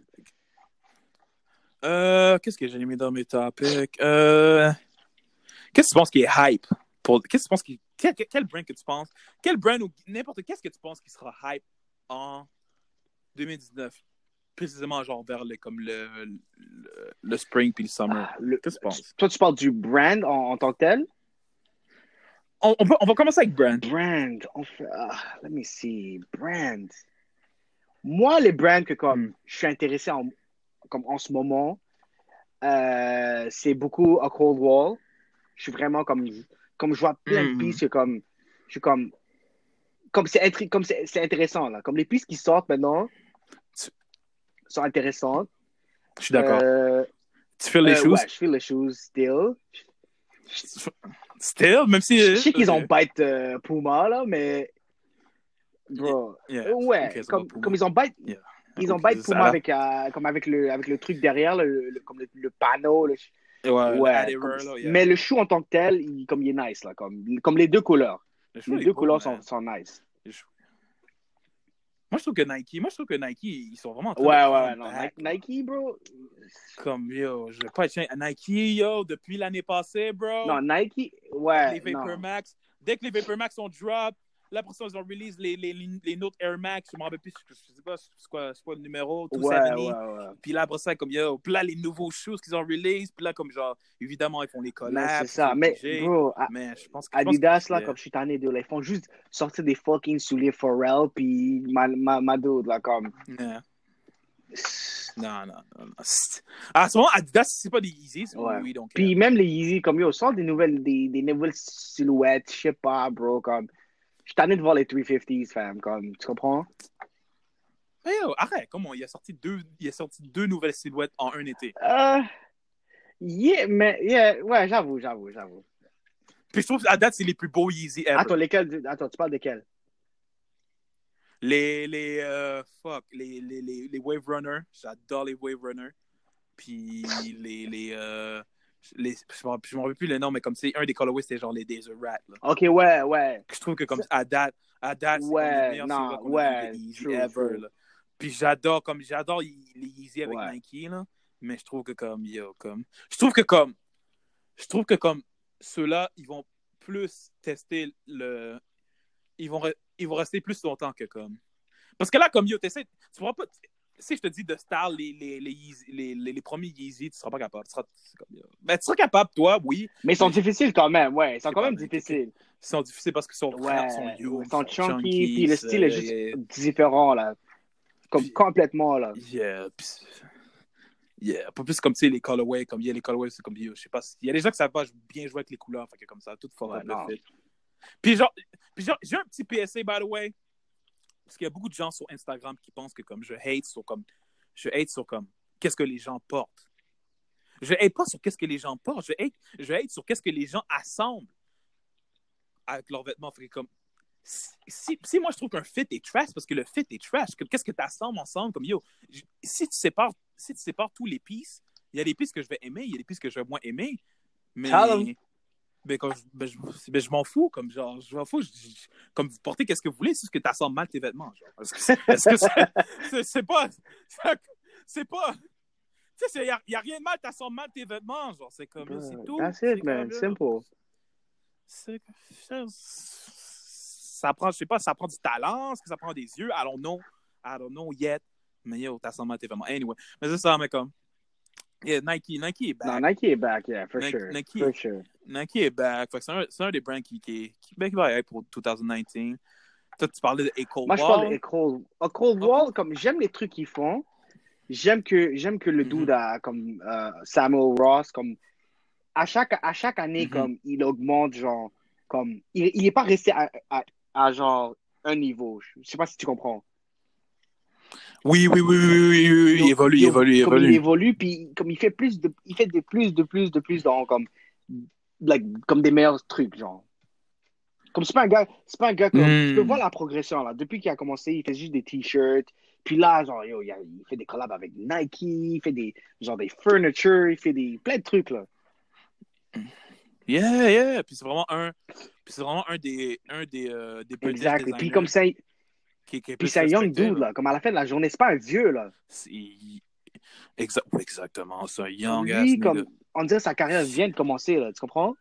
Speaker 1: Qu'est-ce que j'ai mis dans mes topics? Qu'est-ce que tu penses qui est hype? Qu'est-ce que tu penses qui... Quel brand que tu penses? Quel brand ou n'importe qu'est-ce que tu penses qui sera hype en 2019? Précisément, genre vers comme le spring puis le summer. Qu'est-ce que tu penses?
Speaker 2: Toi, tu parles du brand en tant que tel?
Speaker 1: On va commencer avec brand.
Speaker 2: Brand, let me see. Brand. Moi, les brands que comme je suis intéressé comme en ce moment, c'est beaucoup à Cold Wall. Je suis vraiment comme je vois plein de pistes comme je suis comme c'est intéressant là. Comme les pistes qui sortent maintenant sont intéressantes.
Speaker 1: Je suis d'accord. Tu fais les
Speaker 2: Ouais,
Speaker 1: shoes?
Speaker 2: je feel les shoes still.
Speaker 1: Still, même si.
Speaker 2: Je sais qu'ils ont bite Puma là, mais bro,
Speaker 1: Yeah.
Speaker 2: ouais,
Speaker 1: Okay,
Speaker 2: comme ils ont bite.
Speaker 1: Yeah.
Speaker 2: Ils ont
Speaker 1: Okay,
Speaker 2: bite Puma avec, comme avec le truc derrière, comme le panneau.
Speaker 1: Ouais,
Speaker 2: Ouais,
Speaker 1: là, yeah.
Speaker 2: mais le shoe en tant que tel, comme il est nice, là, comme les deux couleurs. Les deux couleurs sont nice.
Speaker 1: Moi, je trouve que Nike, ils sont vraiment en train
Speaker 2: Ouais,
Speaker 1: de
Speaker 2: ouais,
Speaker 1: come
Speaker 2: non.
Speaker 1: back,
Speaker 2: Nike, bro.
Speaker 1: Comme, yo, je vais pas être Nike, yo, depuis l'année passée, bro.
Speaker 2: Non, Nike, ouais,
Speaker 1: Avec les Vapor Max. Dès que les Vapor Max ont drop, là, pour ça, ils ont release les Note Air Max. Je me rappelle plus, je sais pas c'est quoi le numéro, tout
Speaker 2: ouais.
Speaker 1: Puis là, après ça, comme, yo, puis là, les nouveaux shoes qu'ils ont release. Puis là, comme, genre, évidemment, ils font les
Speaker 2: Mais
Speaker 1: collabs.
Speaker 2: c'est ça. Mais, bro,
Speaker 1: mais je pense que.
Speaker 2: Adidas, là, comme je suis tanné de là, ils font juste sortir des fucking souliers Pharrell, puis ma dude, là, comme.
Speaker 1: Yeah. Non. À ce moment, Adidas, c'est pas des Yeezys.
Speaker 2: Ouais.
Speaker 1: Oui, donc.
Speaker 2: Puis même les Yeezy, comme yo, sort des nouvelles silhouettes, je sais pas, bro, comme. Je suis tanné de voir les 350s, fam, comme, tu comprends?
Speaker 1: Mais yo, arrête, comment il a sorti deux nouvelles silhouettes en un été.
Speaker 2: Ouais, j'avoue.
Speaker 1: Puis je trouve qu'à date, c'est les plus beaux Yeezy ever.
Speaker 2: Attends, tu parles de quels?
Speaker 1: Les Wave Runner. J'adore les Wave Runner. Puis je me rappelle plus le nom, mais comme c'est un des colorways, c'était genre les Desert Rat. Là.
Speaker 2: Ok, ouais.
Speaker 1: Je trouve que comme à date, c'est comme les meilleurs silhouettes qu'on a vu de Yeezy ever. Là. Puis j'adore les Yeezy avec Nike, là. Mais je trouve que je trouve que comme ceux-là, ils vont plus tester ils vont rester plus longtemps que comme. Parce que là, comme yo, tu pourras pas. Si je te dis de style les premiers Yeezy, tu seras pas capable. Tu seras capable, toi, oui.
Speaker 2: Mais ils sont difficiles quand même, ouais. Ils sont quand même difficiles.
Speaker 1: Ils sont difficiles parce qu'ils sont
Speaker 2: huge,
Speaker 1: ils sont
Speaker 2: chunky, puis le style est juste différent, là. comme complètement, là.
Speaker 1: Yeah. Yeah. Pas plus comme, tu sais, les colorways. Comme, il y a les colorways, c'est comme, je sais pas. Il y a des gens qui savent pas bien jouer avec les couleurs. Fait que comme ça, tout fuck up le fit. Puis genre, j'ai un petit PSA, by the way. Parce qu'il y a beaucoup de gens sur Instagram qui pensent que comme je hate sur comme qu'est-ce que les gens portent. Je hate pas sur qu'est-ce que les gens portent. Je hate sur qu'est-ce que les gens assemblent avec leurs vêtements. Fait que comme si moi je trouve qu'un fit est trash, parce que le fit est trash, qu'est-ce que tu assembles ensemble comme yo, si tu sépares tous les pieces, il y a des pieces que je vais aimer, il y a des pieces que je vais moins aimer, mais je m'en fous, comme genre, je m'en fous, comme vous portez qu'est-ce que vous voulez, c'est ce que tu assembles mal tes vêtements, genre. Est-ce que c'est pas, tu sais, il n'y a rien de mal, tu assembles mal tes vêtements, genre, c'est comme, c'est tout.
Speaker 2: That's it, man, simple.
Speaker 1: Ça prend, je sais pas, ça prend du talent, est-ce que ça prend des yeux, I don't know yet, mais yo, t'assembles mal tes vêtements. Anyway, mais c'est ça, mais comme, yeah, Nike est back.
Speaker 2: Non, Nike est back, yeah, for sure.
Speaker 1: Nike est back. Fait que c'est un des brands qui va être pour 2019. Toi, tu parlais de A Cold Wall.
Speaker 2: Moi, je parle de A Cold Wall, comme j'aime les trucs qu'ils font. J'aime que le dude a, comme Samuel Ross, comme à chaque année, comme il augmente, genre, comme il n'est pas resté à genre un niveau. Je sais pas si tu comprends.
Speaker 1: Oui, il
Speaker 2: évolue, puis comme il fait de plus dans comme des meilleurs trucs, genre. Comme c'est pas un gars comme tu peux voir la progression là. Depuis qu'il a commencé, il fait juste des t-shirts. Puis là, genre, il fait des collabs avec Nike, il fait des furniture, il fait plein de trucs là.
Speaker 1: Yeah. Puis c'est vraiment un des
Speaker 2: exact. Et puis comme ça, puis c'est un young dude là. Comme à la fin de la journée, c'est pas un vieux là.
Speaker 1: Exactement, c'est un young
Speaker 2: ass nigga. Comme on dirait sa carrière vient de commencer là. Tu comprends?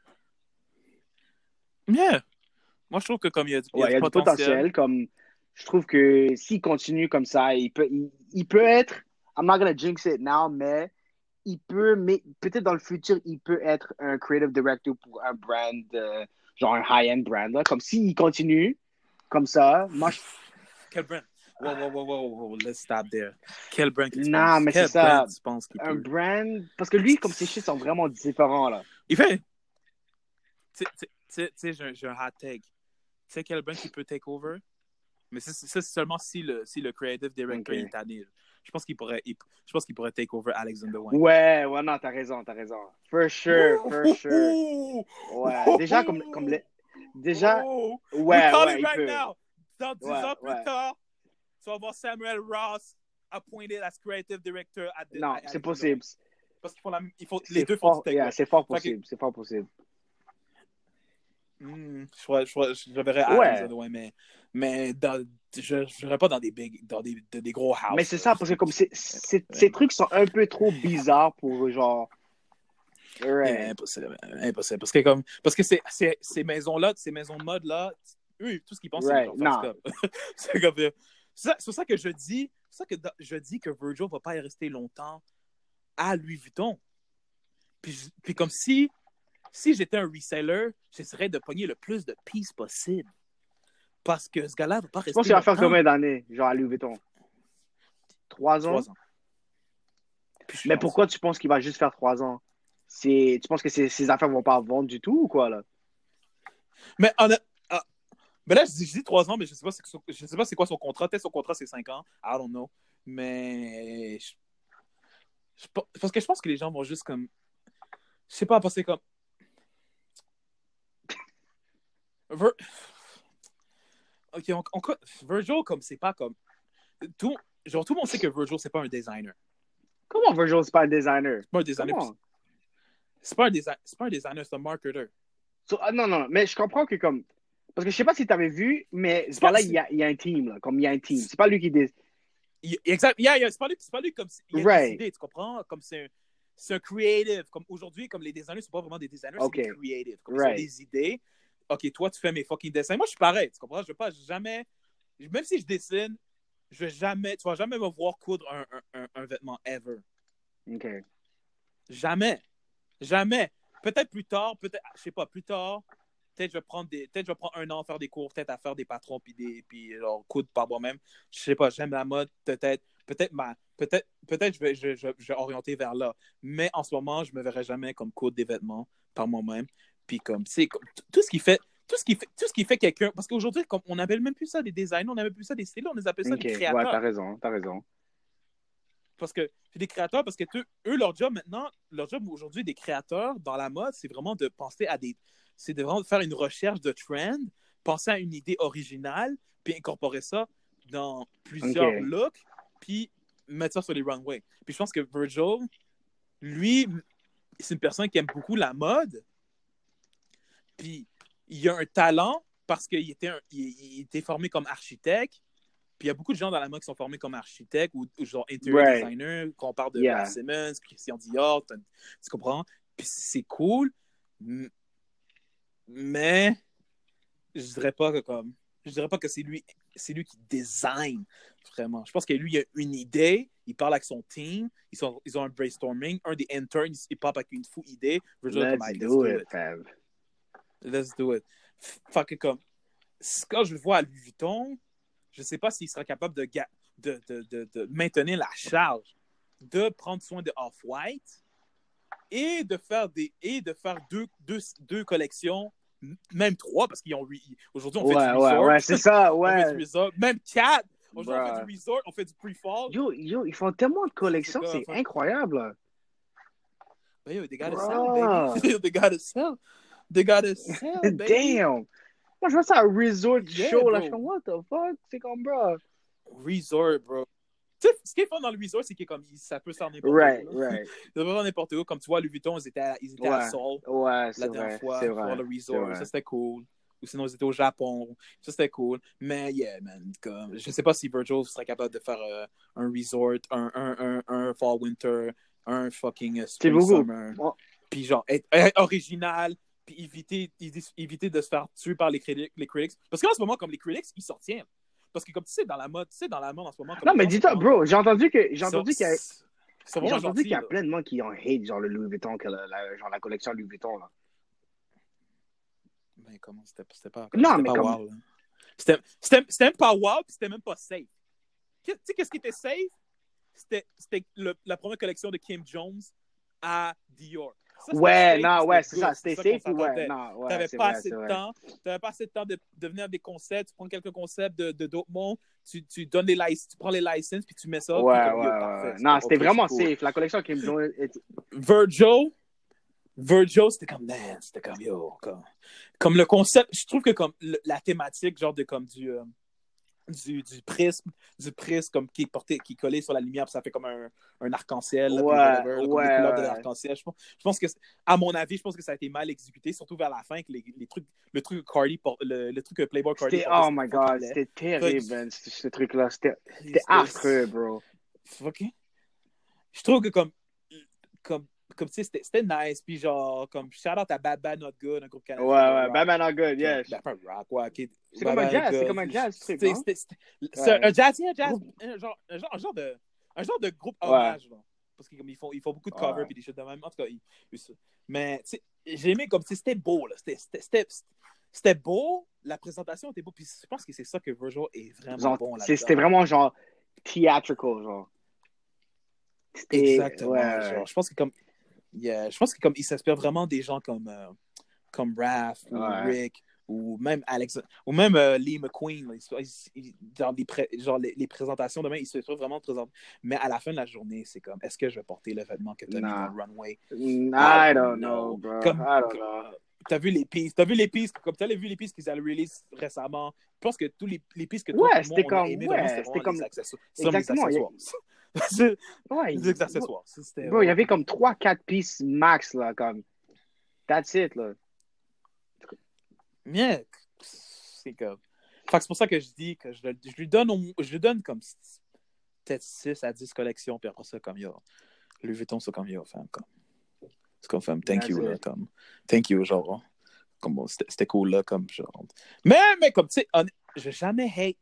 Speaker 1: Yeah. Moi, je trouve que comme il y a du
Speaker 2: potentiel, comme je trouve que s'il continue comme ça, il peut être, I'm not gonna jinx it now, mais peut-être dans le futur, il peut être un creative director pour un brand, genre un high-end brand, là. Comme s'il continue comme ça, moi je...
Speaker 1: Quel brand? Wow, let's stop there. Quel brand que tu
Speaker 2: penses? Mais c'est ça.
Speaker 1: Tu penses qu'il
Speaker 2: un brand, parce que lui, comme ses shit sont vraiment différents, là.
Speaker 1: Il fait... Tu sais, j'ai un hot take. Tu sais quel brand qui peut take over? Mais ça, c'est seulement si le creative director est tanné. Je pense qu'il pourrait take over Alexander Wang.
Speaker 2: Ouais, non, t'as raison. For sure. Ouais, déjà, déjà, ouais, il peut.
Speaker 1: Now. Dans 10 ans plus tard, tu vas voir Samuel Ross appointed as creative director à
Speaker 2: non, c'est possible.
Speaker 1: Parce les deux font du take.
Speaker 2: C'est fort possible.
Speaker 1: Je verrais Alexander Wang, mais je ne verrais pas dans des gros houses.
Speaker 2: Mais c'est ça, parce que comme ces trucs sont un peu trop bizarres pour genre.
Speaker 1: Ouais. Impossible. Parce que ces maisons-là, ces maisons de mode-là, eux, tout ce qu'ils pensent, c'est genre c'est comme c'est pour ça que je dis que Virgil va pas y rester longtemps à Louis Vuitton. Puis comme si j'étais un reseller, j'essaierais de pogner le plus de pieces possible. Parce que ce gars-là va pas rester.
Speaker 2: Je pense qu'il va faire combien d'années, genre à Louis Vuitton? 3 ans? Mais pourquoi tu penses qu'il va juste faire 3 ans? Tu penses que ses affaires vont pas vendre du tout ou quoi, là?
Speaker 1: Mais là, je dis 3 ans, mais je sais pas c'est quoi son contrat. Peut-être son contrat, c'est 5 ans. I don't know. Mais parce que je pense que les gens vont juste comme... Je sais pas, parce que comme... Ok, Virgil, comme c'est pas comme... Tout le monde sait que Virgil, c'est pas un designer.
Speaker 2: Comment Virgil, c'est pas un designer?
Speaker 1: C'est pas un designer. C'est pas un designer, c'est un marketer.
Speaker 2: Non, mais je comprends que comme... Parce que je sais pas si tu avais vu, mais ce gars-là, il y a un team, là. Comme il y a un team. C'est pas lui qui...
Speaker 1: Exact. C'est pas lui comme... Il y a des idées, tu comprends? Comme c'est un creative. Comme aujourd'hui, comme les designers, c'est pas vraiment des designers, c'est des creatives. Comme ils ont des idées. Ok, toi, tu fais mes fucking dessins. Moi, je suis pareil, tu comprends? Je veux pas jamais... Même si je dessine, tu vas jamais me voir coudre un vêtement ever.
Speaker 2: OK.
Speaker 1: Jamais. Peut-être plus tard, je sais pas, plus tard, peut-être je vais prendre un an à faire des cours, peut-être à faire des patrons puis genre coudre par moi-même. Je sais pas, j'aime la mode, peut-être je vais orienter vers là. Mais en ce moment, je me verrai jamais comme coudre des vêtements par moi-même. Puis comme c'est tout ce qui fait tout ce qui fait quelqu'un, parce qu'aujourd'hui, comme on n'appelle même plus ça des designers, on n'appelle plus ça des stylistes, on les appelle ça
Speaker 2: Ok,
Speaker 1: des
Speaker 2: ouais,
Speaker 1: créateurs.
Speaker 2: t'as raison.
Speaker 1: Parce que c'est des créateurs, parce que eux, leur job maintenant, leur job aujourd'hui des créateurs dans la mode, c'est vraiment de penser à c'est de vraiment faire une recherche de trend, penser à une idée originale, puis incorporer ça dans plusieurs
Speaker 2: Ok.
Speaker 1: looks, puis mettre ça sur les runways. Puis je pense que Virgil, lui, c'est une personne qui aime beaucoup la mode, puis il a un talent parce qu'il il était formé comme architecte. Puis il y a beaucoup de gens dans la mode qui sont formés comme architectes ou genre interior designer, quand on parle de Raf Simons, Christian Dior, tu comprends? Puis c'est cool, mais je dirais pas que c'est lui qui design vraiment. Je pense que lui, il a une idée, il parle avec son team, ils ont un brainstorming, un des interns, il part avec une fou idée.
Speaker 2: Let's do it, fam.
Speaker 1: Let's do it. Fait que comme, quand je le vois à Louis Vuitton, je ne sais pas s'il sera capable de maintenir la charge, de prendre soin de Off-White et de faire deux collections, même trois, parce qu'ils ont aujourd'hui on fait du resort.
Speaker 2: Ouais, c'est ça, ouais.
Speaker 1: On fait du resort, même quatre. Aujourd'hui on fait du resort, on fait du pre-fall.
Speaker 2: Yo, ils font tellement de collections, c'est incroyable.
Speaker 1: Ben yo, they gotta sell, baby. They gotta sell. They gotta sell, baby.
Speaker 2: Damn. Moi, je vois ça un resort show, là, je suis comme, what the fuck? C'est comme, bro.
Speaker 1: Resort, bro. Tu sais, ce qui est fun dans le resort, c'est que comme, ça peut faire n'importe où.
Speaker 2: Right.
Speaker 1: Ça peut faire n'importe où. Comme tu vois, Louis Vuitton, ils étaient à Seoul la dernière fois pour le resort. Ça, c'était cool. Ou sinon, ils étaient au Japon. Ça, c'était cool. Mais, yeah, man. Comme, je sais pas si Virgil serait capable de faire un resort, un fall-winter, un fucking spring-summer. Puis genre, être original, puis éviter de se faire tuer par les critics. Parce qu'en ce moment, comme les critics, ils s'en tiennent. Parce que comme tu sais, dans la mode en ce moment...
Speaker 2: Non, mais dis-toi, bro, j'ai entendu qu'il y a
Speaker 1: a
Speaker 2: plein de monde qui ont hate, genre le Louis Vuitton, genre la collection Louis Vuitton, là.
Speaker 1: Mais comment? C'était pas...
Speaker 2: Non, mais
Speaker 1: pas
Speaker 2: comme...
Speaker 1: wow, c'était même pas wow, puis c'était même pas safe. Tu sais qu'est-ce qui était safe? C'était la première collection de Kim Jones à Dior.
Speaker 2: Ça, c'est ça. C'était safe.
Speaker 1: T'avais pas assez de temps de venir avec des concepts. Tu prends quelques concepts de d'autres mondes, tu donnes tu prends les licences, puis tu mets ça.
Speaker 2: Ouais. Non, c'était vraiment safe. La collection Kim Jones était...
Speaker 1: Virgil, c'était comme, man, c'était comme, yo, comme le concept, je trouve que comme la thématique, genre de comme du prisme comme qui est collé sur la lumière, puis ça fait comme un arc-en-ciel, comme les couleurs de l'arc-en-ciel. Je pense que, à mon avis, je pense que ça a été mal exécuté, surtout vers la fin, que le truc Cardi, le truc que Playboy Cardi.
Speaker 2: Oh my god, c'était terrible, man, ce truc-là. C'était affreux, bro.
Speaker 1: Ok. Je trouve que comme tu sais, c'était nice, puis genre, comme shout out à Bad Bad Not Good, un groupe canadien.
Speaker 2: Ouais, Bad Bad Not Good, yes.
Speaker 1: Pas rock, ouais,
Speaker 2: c'est comme un jazz, truc, non?
Speaker 1: C'est un jazz, un genre de groupe hommage, genre. Parce qu'ils font beaucoup de covers puis des choses de même. En tout cas, mais, tu sais, j'ai aimé comme, c'était beau, là. C'était beau, la présentation était beau, puis je pense que c'est ça que Virgil est vraiment bon là-dedans.
Speaker 2: C'était vraiment, genre, theatrical, genre.
Speaker 1: Exactement, genre. Je pense que comme il s'inspire vraiment des gens comme Raph ou Rick ou même Lee McQueen. Genre les présentations demain, ils se trouvent vraiment présents. Mais à la fin de la journée, c'est comme, est-ce que je vais porter le vêtement que tu as mis dans le runway?
Speaker 2: I don't know, bro. I don't know.
Speaker 1: T'as vu les pistes, comme tu as vu les pistes qu'ils ont release récemment. Je pense que tous les pistes que
Speaker 2: tout le monde a aimé, c'était comme
Speaker 1: les accessoires. Exactement. Les accessoires.
Speaker 2: Bro, il y avait comme 3-4 pistes max, là, comme. That's it, là.
Speaker 1: Yeah. C'est comme. Fait que c'est pour ça que je dis que je lui donne comme peut-être 6 à 10 collections, puis après ça, comme yo. Louis Vuitton, c'est comme yo, femme, comme. C'est comme femme, thank you, là, comme. Thank you, genre. Comme bon, c'était cool, là, comme genre. Mais comme, tu sais, j'ai jamais hate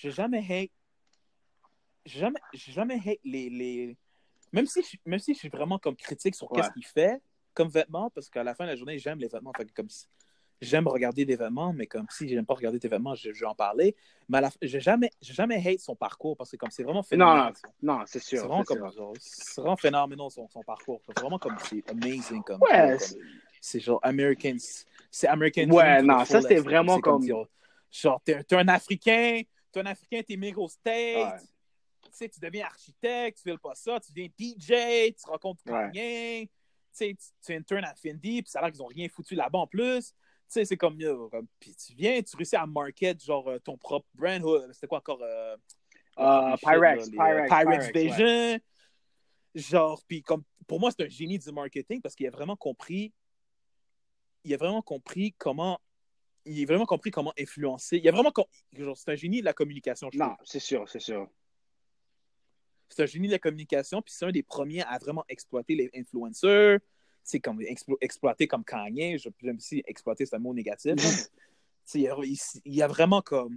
Speaker 1: les. Même si je suis vraiment comme critique sur qu'est-ce qu'il fait comme vêtements, parce qu'à la fin de la journée, j'aime les vêtements. Fait que comme j'aime regarder l'événement, mais comme si j'aime pas regarder l'événement, je vais en parler. Mais j'ai jamais hate son parcours parce que comme c'est vraiment phénoménal.
Speaker 2: Non, c'est sûr.
Speaker 1: C'est vraiment comme genre, c'est vraiment phénoménal son parcours. C'est vraiment comme c'est amazing comme,
Speaker 2: ouais,
Speaker 1: c'est genre American. C'est American
Speaker 2: ouais,
Speaker 1: Dream.
Speaker 2: non, ça c'était vraiment comme
Speaker 1: genre t'es un Africain, t'es migré aux States.
Speaker 2: Ouais.
Speaker 1: Tu sais, tu deviens architecte, tu fais pas ça, tu deviens DJ, tu rencontres Kanye, tu internes à Fendi, puis ça a l'air qu'ils ont rien foutu là-bas en plus. Tu sais, c'est comme puis tu réussis à market genre ton propre brand. C'était quoi encore Pyrex Vision. Ouais. Genre, puis comme pour moi, c'est un génie du marketing parce qu'il a vraiment compris comment influencer. Genre, c'est un génie de la communication.
Speaker 2: Non, c'est sûr.
Speaker 1: C'est un génie de la communication, puis c'est un des premiers à vraiment exploiter les influencers. C'est comme exploiter comme Kanye. J'aime aussi exploiter, c'est un mot négatif. Il y a vraiment comme.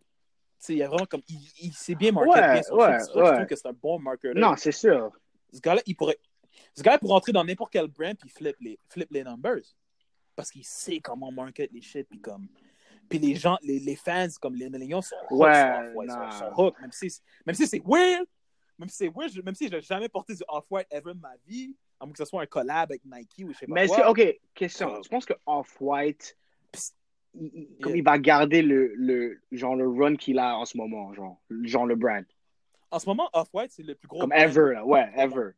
Speaker 1: Il s'est bien marketé bien son shit. Je trouve que c'est un bon marketeur.
Speaker 2: Non, c'est sûr.
Speaker 1: Ce gars-là, il pourrait rentrer dans n'importe quel brand puis flip les numbers. Parce qu'il sait comment market les shit. Puis les gens, les fans, comme les milléniaux, sont hook. Sont hook. Même si c'est weird. Même si je n'ai jamais porté du Off-White ever de ma vie, à moins que ce soit un collab avec Nike ou je sais pas quoi.
Speaker 2: OK, question. Je pense que Off-White, il va garder le run qu'il a en ce moment, genre le brand.
Speaker 1: En ce moment, Off-White, c'est le plus gros
Speaker 2: comme
Speaker 1: brand.
Speaker 2: Ever, là. Ouais, Ever.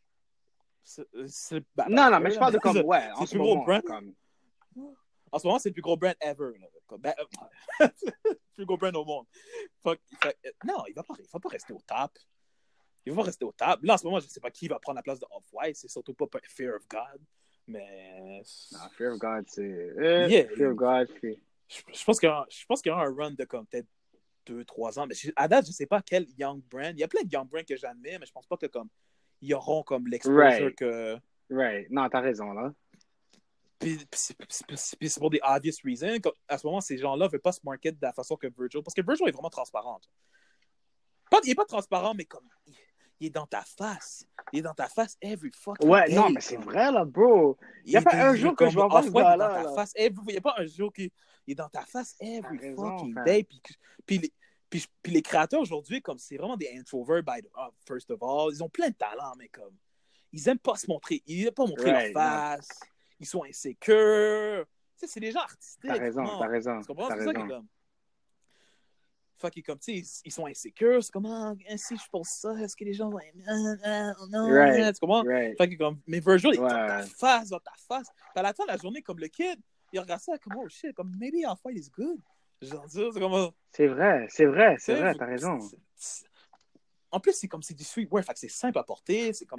Speaker 2: Non, mais je parle de comme, ouais, en ce moment. Comme...
Speaker 1: En ce moment, c'est le plus gros brand ever. Le plus gros brand au monde. Non, il va pas rester au top. Il va rester au top. Là, en ce moment, je ne sais pas qui va prendre la place de Off-White. C'est surtout pas Fear of God. Mais.
Speaker 2: Non, Fear of God, c'est.
Speaker 1: Fear of God, je pense qu'il y aura un run de comme peut-être 2-3 ans. Mais à date, je ne sais pas quel Young Brand. Il y a plein de Young Brand que j'admire, mais je ne pense pas que comme ils auront comme l'exposure que.
Speaker 2: Right. Non, t'as raison, là.
Speaker 1: Puis c'est pour des obvious reasons. À ce moment, ces gens-là ne veulent pas se market de la façon que Virgil. Parce que Virgil est vraiment transparent. Il n'est pas transparent, mais comme. Il est dans ta face. Il est dans ta face every fucking day.
Speaker 2: Ouais, non, mais c'est vrai, là, bro. Il n'y a pas un jour que je vais voir ce gars-là.
Speaker 1: Il n'y a pas un jour qu'il est dans ta face every fucking day. Puis les créateurs aujourd'hui, comme c'est vraiment des introverts, first of all. Ils ont plein de talent, mais comme. Ils n'aiment pas se montrer. Ils n'aiment pas montrer leur face. Non. Ils sont insécures. Tu sais, c'est des gens artistiques.
Speaker 2: T'as raison.
Speaker 1: Tu comprends? C'est ça qui est comme. Comme, tu sais, ils sont insécures. C'est comment, si je pense ça, est-ce que les gens vont aimer? Non, tu comprends? Comme, mais Virgil, il est dans ta face. Puis à la fin de la journée, comme le kid, il regarde ça comme, oh shit, comme, maybe Off-White is good. Genre, c'est comme.
Speaker 2: C'est vrai, t'as raison.
Speaker 1: En plus, c'est du streetwear, fait que c'est simple à porter. C'est comme,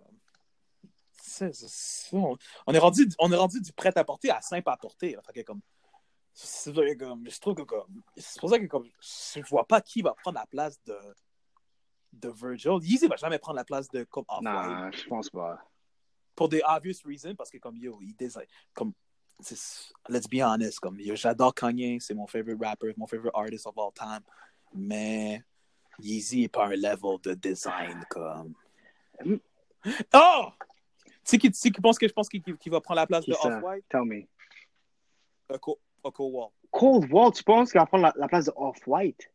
Speaker 1: on est rendu du prêt à porter à simple à porter. Là, fait que comme. Je trouve que comme. C'est pour ça que comme. Je vois pas qui va prendre la place de Virgil. Yeezy va jamais prendre la place de comme Off-White.
Speaker 2: Non, je pense pas.
Speaker 1: Pour des obvious reasons, parce que comme il design. Comme. Let's be honest, comme j'adore Kanye, c'est mon favorite rapper, mon favorite artist of all time. Mais Yeezy est pas un level de design comme. Oh! Tu sais qui pense que je pense qu'il va prendre la place de Off-White?
Speaker 2: Tell me.
Speaker 1: Cold Wall.
Speaker 2: Cold Wall, tu penses qu'il va prendre la place de Off-White?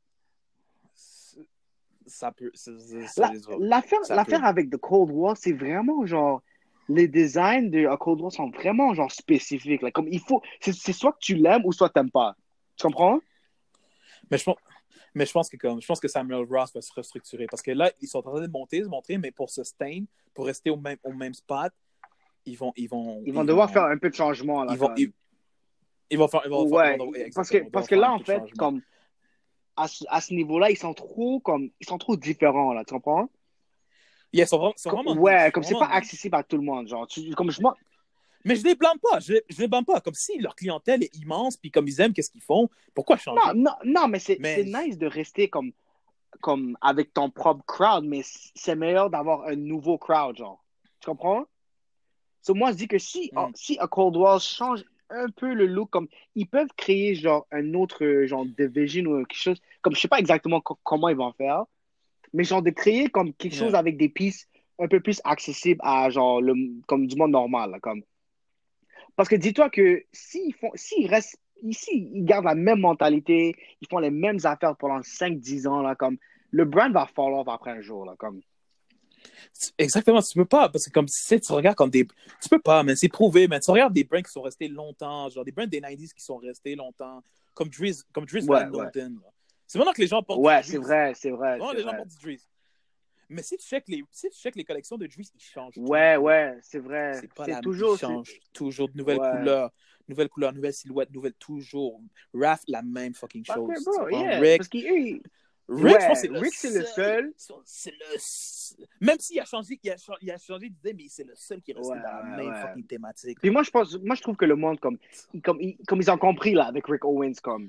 Speaker 1: Ça peut.
Speaker 2: L'affaire avec The Cold Wall, c'est vraiment genre. Les designs de Cold Wall sont vraiment genre spécifiques. Là. Comme il faut. C'est soit que tu l'aimes ou soit tu n'aimes pas. Tu comprends?
Speaker 1: Mais je pense que Samuel Ross va se restructurer. Parce que là, ils sont en train de montrer, mais pour sustain, pour rester au même spot, ils vont
Speaker 2: devoir faire un peu de changement. Là,
Speaker 1: ils vont faire.
Speaker 2: Parce que là, en fait, comme à ce niveau-là, ils sont trop différents, là, tu comprends?
Speaker 1: Yeah, ils sont vraiment.
Speaker 2: Ouais, comme c'est pas accessible à tout le monde. Genre,
Speaker 1: mais je les blâme pas. Je les blâme pas. Comme si leur clientèle est immense, puis comme ils aiment qu'est-ce qu'ils font, pourquoi changer?
Speaker 2: Non, mais c'est nice de rester comme avec ton propre crowd, mais c'est meilleur d'avoir un nouveau crowd, genre. Tu comprends? Moi, je dis que si A Cold Wall change un peu le look, comme ils peuvent créer genre un autre genre division ou quelque chose, comme je sais pas exactement comment ils vont faire, mais genre de créer comme quelque chose avec des pistes un peu plus accessibles à genre comme du monde normal, là, comme. Parce que dis-toi que s'ils restent ici, ils gardent la même mentalité, ils font les mêmes affaires pendant 5-10 ans, là, comme le brand va fall off après un jour, là, comme.
Speaker 1: Exactement, tu peux pas, parce que comme si tu regardes comme des. Tu peux pas, mais c'est prouvé, mais tu regardes des brands qui sont restés longtemps, genre des brands des 90s qui sont restés longtemps, comme Dries Van Noten. C'est maintenant que les gens portent du
Speaker 2: Ouais,
Speaker 1: Dries.
Speaker 2: c'est vrai, c'est vrai.
Speaker 1: Vraiment, les gens portent du Dries. Mais si tu checkes les collections de Dries, ils changent.
Speaker 2: Ouais, ouais, c'est vrai.
Speaker 1: C'est pas
Speaker 2: C'est
Speaker 1: la
Speaker 2: toujours.
Speaker 1: Ils changent toujours de
Speaker 2: Ouais.
Speaker 1: nouvelles couleurs, nouvelles silhouettes, toujours. Raph, la même fucking
Speaker 2: Parce que,
Speaker 1: chose. Tu
Speaker 2: bro,
Speaker 1: comprends?
Speaker 2: yeah, parce qu'il.
Speaker 1: Rick, je pense
Speaker 2: Ouais,
Speaker 1: que c'est le
Speaker 2: Rick, c'est le seul.
Speaker 1: C'est le. Même s'il a changé, il a changé d'idée, mais c'est le seul qui est resté
Speaker 2: Ouais,
Speaker 1: dans la
Speaker 2: ouais,
Speaker 1: même
Speaker 2: ouais.
Speaker 1: fucking thématique.
Speaker 2: Puis moi, je trouve que le monde, comme ils ont compris, là, avec Rick Owens, comme.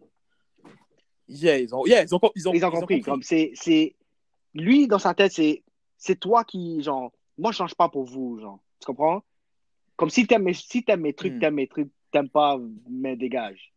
Speaker 1: Ils ont
Speaker 2: compris. Comme c'est. Lui, dans sa tête, c'est toi qui, genre, moi, je change pas pour vous, genre. Tu comprends? Comme si t'aimes mes trucs, t'aimes mes trucs, t'aimes pas, mais dégage.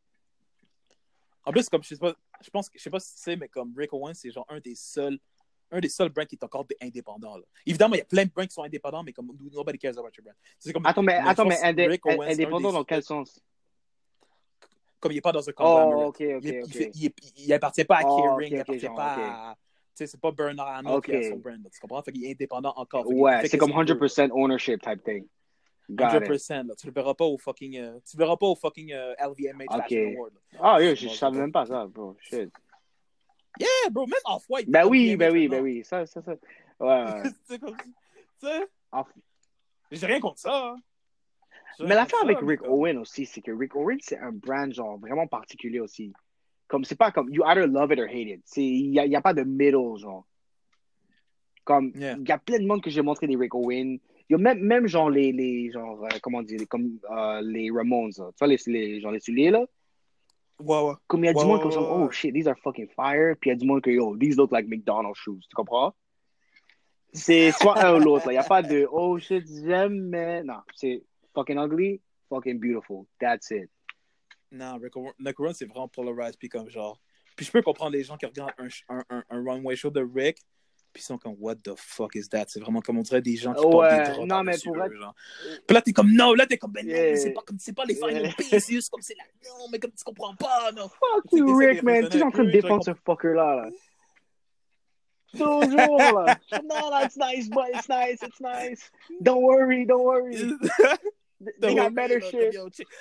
Speaker 1: En plus, comme je sais pas si tu sais, mais comme Rick Owens, c'est genre un des seuls brands qui est encore indépendant. Là. Évidemment, il y a plein de brands qui sont indépendants, mais comme nobody cares about your brand. C'est comme,
Speaker 2: Attends, mais
Speaker 1: Rick Owens,
Speaker 2: indépendant dans quel sens?
Speaker 1: Comme il n'est pas dans un
Speaker 2: Oh,
Speaker 1: conglomerate.
Speaker 2: ok.
Speaker 1: Il appartient pas à
Speaker 2: Oh,
Speaker 1: Kering, il appartient
Speaker 2: genre,
Speaker 1: pas
Speaker 2: ok.
Speaker 1: à. Tu sais, c'est pas Bernard Arnault qui a son brand. Là, tu comprends? Fait qu'il est indépendant encore. Fait il
Speaker 2: Ouais,
Speaker 1: fait
Speaker 2: c'est
Speaker 1: qu'est-ce
Speaker 2: comme
Speaker 1: qu'il veut.
Speaker 2: 100% ownership type thing. Got it.
Speaker 1: 100%. Là. Tu le verras pas au fucking, LVMH
Speaker 2: Ok.
Speaker 1: Fashion Award. Là.
Speaker 2: Ah, yo, je savais même pas ça, bro. Shit.
Speaker 1: Yeah, bro, même Off-White.
Speaker 2: Ben oui,
Speaker 1: LVMH,
Speaker 2: oui. Ça. Ouais.
Speaker 1: c'est comme ça. Tu sais,
Speaker 2: Off-
Speaker 1: j'ai rien contre ça. Hein.
Speaker 2: Mais l'affaire avec Rick Owens aussi, c'est que Rick Owens, c'est un brand genre vraiment particulier aussi. Comme c'est pas comme you either love it or hate it. Il y a pas de middle, genre. Comme il y a plein de monde que j'ai montré des Rick Owens. Il y a même genre les genre comment dire comme les Ramones, là. Tu vois les souliers là.
Speaker 1: Ouais.
Speaker 2: Comme il y a du monde comme genre oh shit, these are fucking fire. Puis il y a du monde que yo, these look like McDonald's shoes. Tu comprends? C'est soit un ou l'autre là. Il y a pas de oh shit, j'aime mais non, c'est fucking ugly, fucking beautiful. That's it.
Speaker 1: Non, Rick Owens, c'est vraiment polarized, puis comme genre. Puis je peux comprendre les gens qui regardent un runway show de Rick, puis ils sont comme, what the fuck is that? C'est vraiment comme on dirait des gens qui portent des draps par-dessus eux, genre. Puis là, t'es comme, non, ben non, c'est pas les final P, c'est juste comme c'est là. Non, mais comme tu comprends pas, non.
Speaker 2: Fuck you, Rick, man. Tu es en train de défendre ce fucker-là, là. Toujours, là. No, that's nice, but it's nice. Don't worry. They got better shit.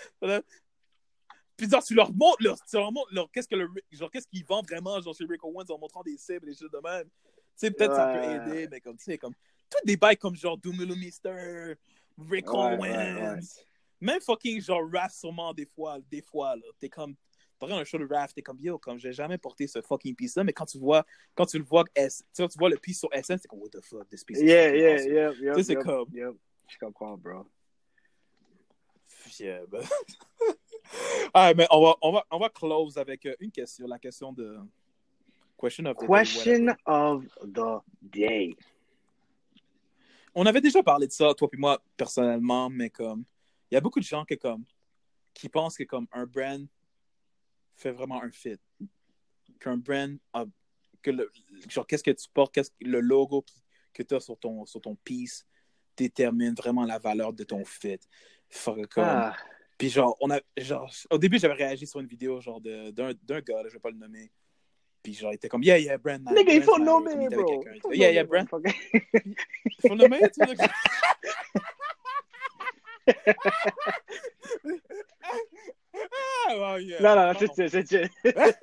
Speaker 1: Puis genre, tu leur montres qu'est-ce qu'ils vendent vraiment, genre chez Rick Owens en montrant des cibles et des choses de même. Tu sais, peut-être ça peut aider, mais comme, tu sais, comme, tous des bails comme genre Doomelo Mister, Rick Owens, même fucking genre Raph sûrement des fois, là, t'es comme, tu regardes un show de Raph, t'es comme, yo, comme, j'ai jamais porté ce fucking piece-là, mais quand tu le vois tu vois le piece sur SN, c'est comme, what the fuck, this piece is
Speaker 2: Yeah.
Speaker 1: Tu sais, c'est comme.
Speaker 2: Je comprends, bro.
Speaker 1: Yeah, ben. Ah, mais on va close avec une question, la question de question of
Speaker 2: the day.
Speaker 1: On avait déjà parlé de ça, toi et moi, personnellement, mais comme il y a beaucoup de gens qui pensent que comme un brand fait vraiment un fit. Qu'un brand genre qu'est-ce que tu portes, le logo que tu as sur ton piece détermine vraiment la valeur de ton fit. Puis genre, au début, j'avais réagi sur une vidéo genre d'un gars, là, je vais pas le nommer. Puis genre, il était comme, yeah, brand.
Speaker 2: Nigga, il faut le nommer, bro.
Speaker 1: Yeah, brand. Il faut le nommer, tu sais.
Speaker 2: Non, c'est chill.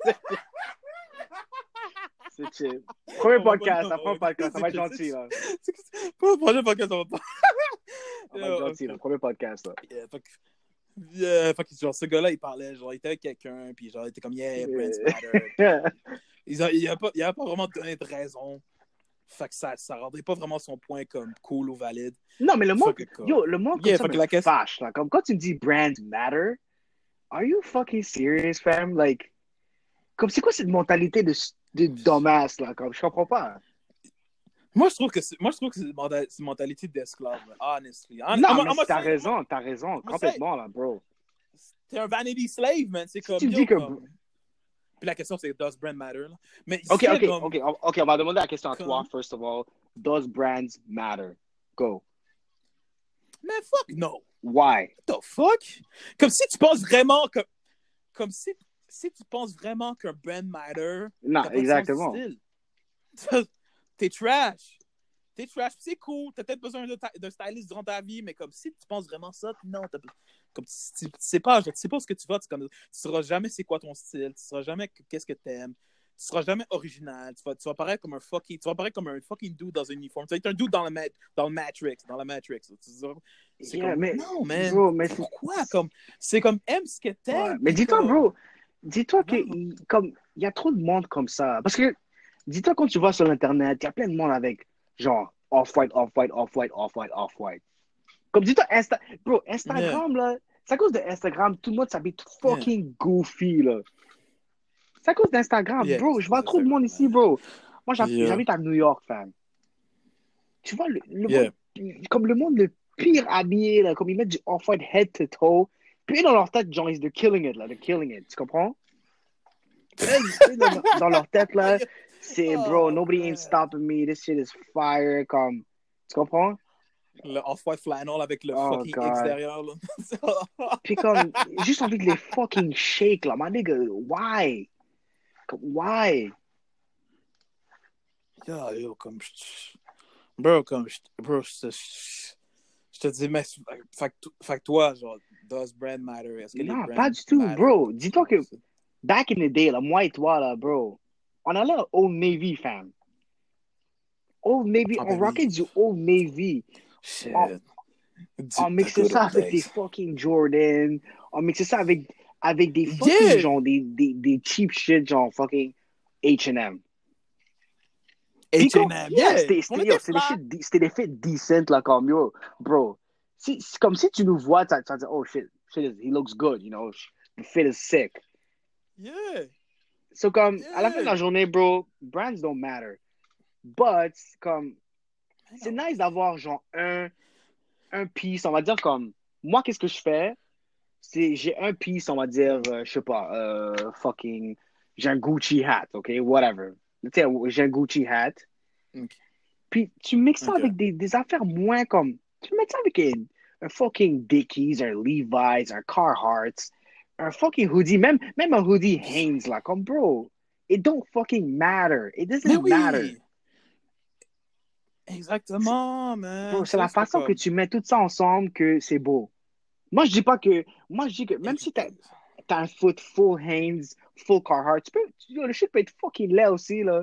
Speaker 2: C'est chill. Premier podcast, ça va être gentil, là.
Speaker 1: Premier podcast, ça va pas.
Speaker 2: Ça va être gentil, le premier podcast, là.
Speaker 1: Genre, ce gars-là, il parlait, genre, il était avec quelqu'un, puis genre, il était comme, yeah, brands matter. Il a pas vraiment donné de raison. Fait que ça rendait pas vraiment son point comme cool ou valide.
Speaker 2: Non, mais le monde comme ça me fâche, là. Comme quand tu me dis brands matter, are you fucking serious, fam? Like, comme c'est quoi cette mentalité de dumbass, là? Comme, je comprends pas.
Speaker 1: Moi, je trouve que c'est une mentalité d'esclave, honestly.
Speaker 2: Non, mais t'as raison, complètement, là, bro.
Speaker 1: T'es un vanity slave, man. C'est comme,
Speaker 2: tu me dis que...
Speaker 1: Puis la question, c'est, does brand matter? Là? Mais
Speaker 2: OK, on va demander la question à toi, first of all. Does brands matter? Go.
Speaker 1: Man, fuck no.
Speaker 2: Why?
Speaker 1: What the fuck? Comme si tu penses vraiment que... Comme si tu penses vraiment qu'un brand matter,
Speaker 2: Non,
Speaker 1: t'as pas
Speaker 2: exactement.
Speaker 1: de style. T'es trash. T'es trash. C'est cool. T'as peut-être besoin d'un styliste durant ta vie, mais comme si tu penses vraiment ça, non. Comme tu sais pas, genre, tu sais pas ce que tu vas. Tu sauras jamais c'est quoi ton style. Tu sauras jamais qu'est-ce que t'aimes. Tu seras jamais original. Tu vas paraître comme un fucking dude dans un uniforme. Tu vas être un dude dans la Matrix. C'est
Speaker 2: Mais,
Speaker 1: non, man.
Speaker 2: bro, mais
Speaker 1: Pourquoi? C'est comme, aime ce que t'aimes.
Speaker 2: Ouais. Mais dis-toi, bro, dis-toi
Speaker 1: non.
Speaker 2: il y a trop de monde comme ça. Parce que, dis-toi, quand tu vas sur Internet, il y a plein de monde avec, genre, off-white, off-white, off-white, off-white, off-white. Comme dis-toi, bro, Instagram, là, c'est à cause de Instagram, tout le monde s'habille fucking goofy, là. C'est à cause d'Instagram, bro. Je vois trop de monde ici, bro. Moi, j'habite à New York, fam. Tu vois, monde, comme le monde le pire habillé, là, comme ils mettent du off-white head to toe. Puis dans leur tête, genre, they're killing it, là, they're killing it. Tu comprends? Dans leur tête, là, c'est, bro, nobody ain't stopping me, this shit is fire, comme, tu comprends?
Speaker 1: Le off-white flannel avec le fucking X derrière, là.
Speaker 2: Puis comme, juste envie de les fucking shake, là, my nigga, why? Why?
Speaker 1: Yo, comme, bro, je te dis, mais, fait que toi, genre, does brand matter? Est-ce que
Speaker 2: non,
Speaker 1: les brands
Speaker 2: pas du tout,
Speaker 1: matter?
Speaker 2: bro. Dis-toi que, back in the day, là, moi et toi, là, bro, on allait à Old Navy, fam. Old Navy, on rockait du Old Navy.
Speaker 1: Shit.
Speaker 2: On mixait ça avec des fucking Jordan. On mixait ça avec des fucking, genre, des cheap shit, genre, fucking H&M.
Speaker 1: H&M, yeah!
Speaker 2: C'était des fits decent, là, comme, yo, bro. C'est comme si tu nous vois, tu vas dire, oh, shit, he looks good, you know, the fit is sick.
Speaker 1: Yeah!
Speaker 2: So, comme, à la fin de la journée, bro, brands don't matter. But, comme, c'est nice d'avoir, genre, un piece, on va dire, comme, moi, qu'est-ce que je fais? J'ai un piece, on va dire, je sais pas, fucking, j'ai un Gucci hat, ok, whatever. Tu sais, j'ai un Gucci hat.
Speaker 1: Okay.
Speaker 2: Puis tu mixes ça avec des affaires moins comme, tu mets ça avec un fucking Dickies, un Levi's, un Carhartt, un fucking hoodie, même un hoodie Hanes, là, comme, bro, it don't fucking matter. It doesn't matter.
Speaker 1: Exactement, man.
Speaker 2: Bro, c'est la façon que tu mets tout ça ensemble que c'est beau. Moi, je dis que même si t'as un foot full Hanes, full Carhartt, le shit peut être fucking laid aussi, là.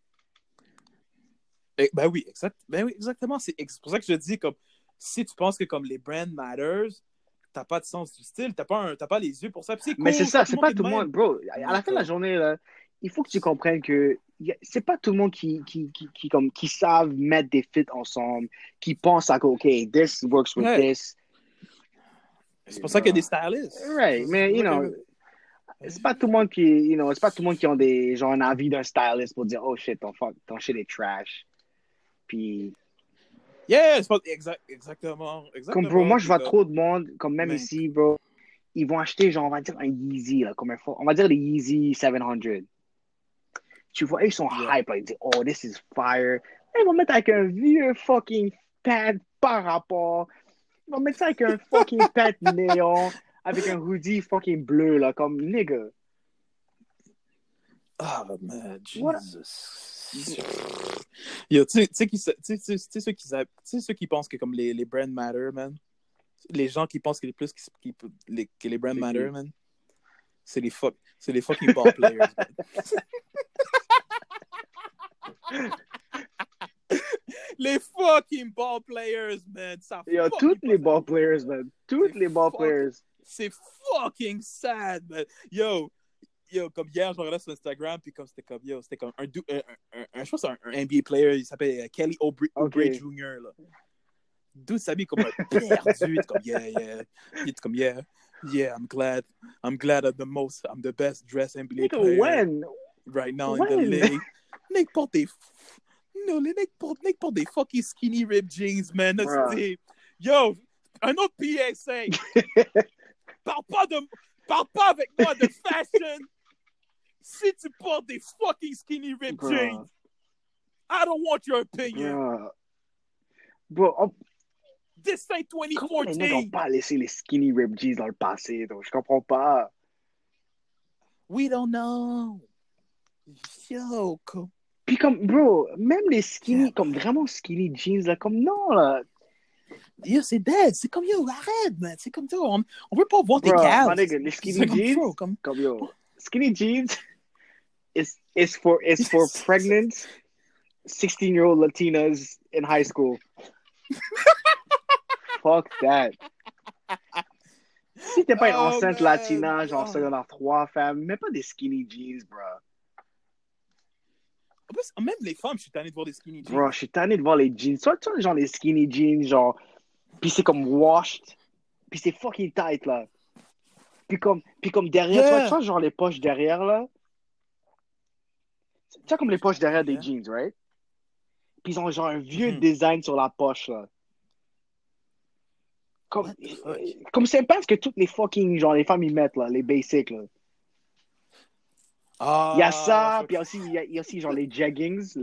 Speaker 1: Ben oui, exactement. C'est pour ça que je dis, comme, si tu penses que comme les brand matters, t'as pas de sens du style, t'as pas les yeux pour ça. Cool,
Speaker 2: mais c'est ça, c'est pas tout le monde, bro. À la fin de la journée, là, il faut que tu comprennes que c'est pas tout le monde qui savent mettre des fits ensemble, qui pensent à OK, this works with this.
Speaker 1: C'est pour ça qu'il y a des stylists.
Speaker 2: Right, mais c'est pas tout le monde c'est pas tout le monde qui ont un avis d'un stylist pour dire oh shit, ton shit est trash. Puis
Speaker 1: yeah, c'est pas exactement.
Speaker 2: Comme bro, moi je vois trop de monde, comme même ici, bro, ils vont acheter genre on va dire un Yeezy là, comme on va dire les Yeezy 700. Tu vois, ils sont hype, là, ils disent oh this is fire. Et ils vont mettre avec un vieux fucking pad par rapport. Ils vont mettre ça avec un fucking pad néon, avec un hoodie fucking bleu là, comme nigga.
Speaker 1: Oh man, Jesus. Yo, tu sais ceux qui pensent que comme les brands matter, man. Les gens qui pensent que les brands matter, man. C'est les fucking ball players, man. Les fucking ball players, man.
Speaker 2: Yo, toutes les ball players, man. Toutes les ball players.
Speaker 1: C'est fucking sad, man. Yo, comme hier, je regardais sur Instagram, puis comme c'était comme je pense un NBA player, il s'appelle Kelly Oubre Jr., là. Dude s'habille comme un perdu, comme il est comme I'm glad I'm the best dressed NBA player right now in the league. Les mecs portent des fucking skinny ripped jeans, man. Yo, un autre PSA. Parle pas avec moi de fashion si tu portes des fucking skinny ripped jeans. I don't want your opinion.
Speaker 2: Bro,
Speaker 1: dessin
Speaker 2: Comment les nègres n'ont
Speaker 1: 2014.
Speaker 2: pas laissé les skinny ripped jeans dans le passé? Donc, je comprends pas.
Speaker 1: We don't know. Yo,
Speaker 2: Puis comme, bro, même les
Speaker 1: yeah.
Speaker 2: skinny, comme vraiment skinny jeans, là, comme non, là.
Speaker 1: Yo, c'est dead. C'est comme, yo, arrête, man. C'est comme, toi, on veut pas voir tes
Speaker 2: Bro, my
Speaker 1: calves.
Speaker 2: nigga, les
Speaker 1: C'est
Speaker 2: skinny
Speaker 1: comme,
Speaker 2: jeans,
Speaker 1: bro, comme...
Speaker 2: yo, skinny jeans is for pregnant 16-year-old Latinas in high school. Fuck that. Si t'es pas une enceinte latina, genre secondaire 3, femme, mets pas des skinny jeans, bro.
Speaker 1: En plus, même les femmes, je suis tanné de voir des skinny jeans.
Speaker 2: Bro, je suis tanné de voir les jeans. Soit tu vois, genre les skinny jeans, genre, pis c'est comme washed, pis c'est fucking tight, là. Puis comme derrière, tu vois, genre les poches derrière, là. Tu vois, comme les poches derrière des jeans, right? Puis ils ont genre un vieux design sur la poche, là. Comme c'est pas ce que toutes les fucking, genre, les femmes y mettent, là, les basics, là. Il y a ça, puis il y a aussi, genre, les jeggings.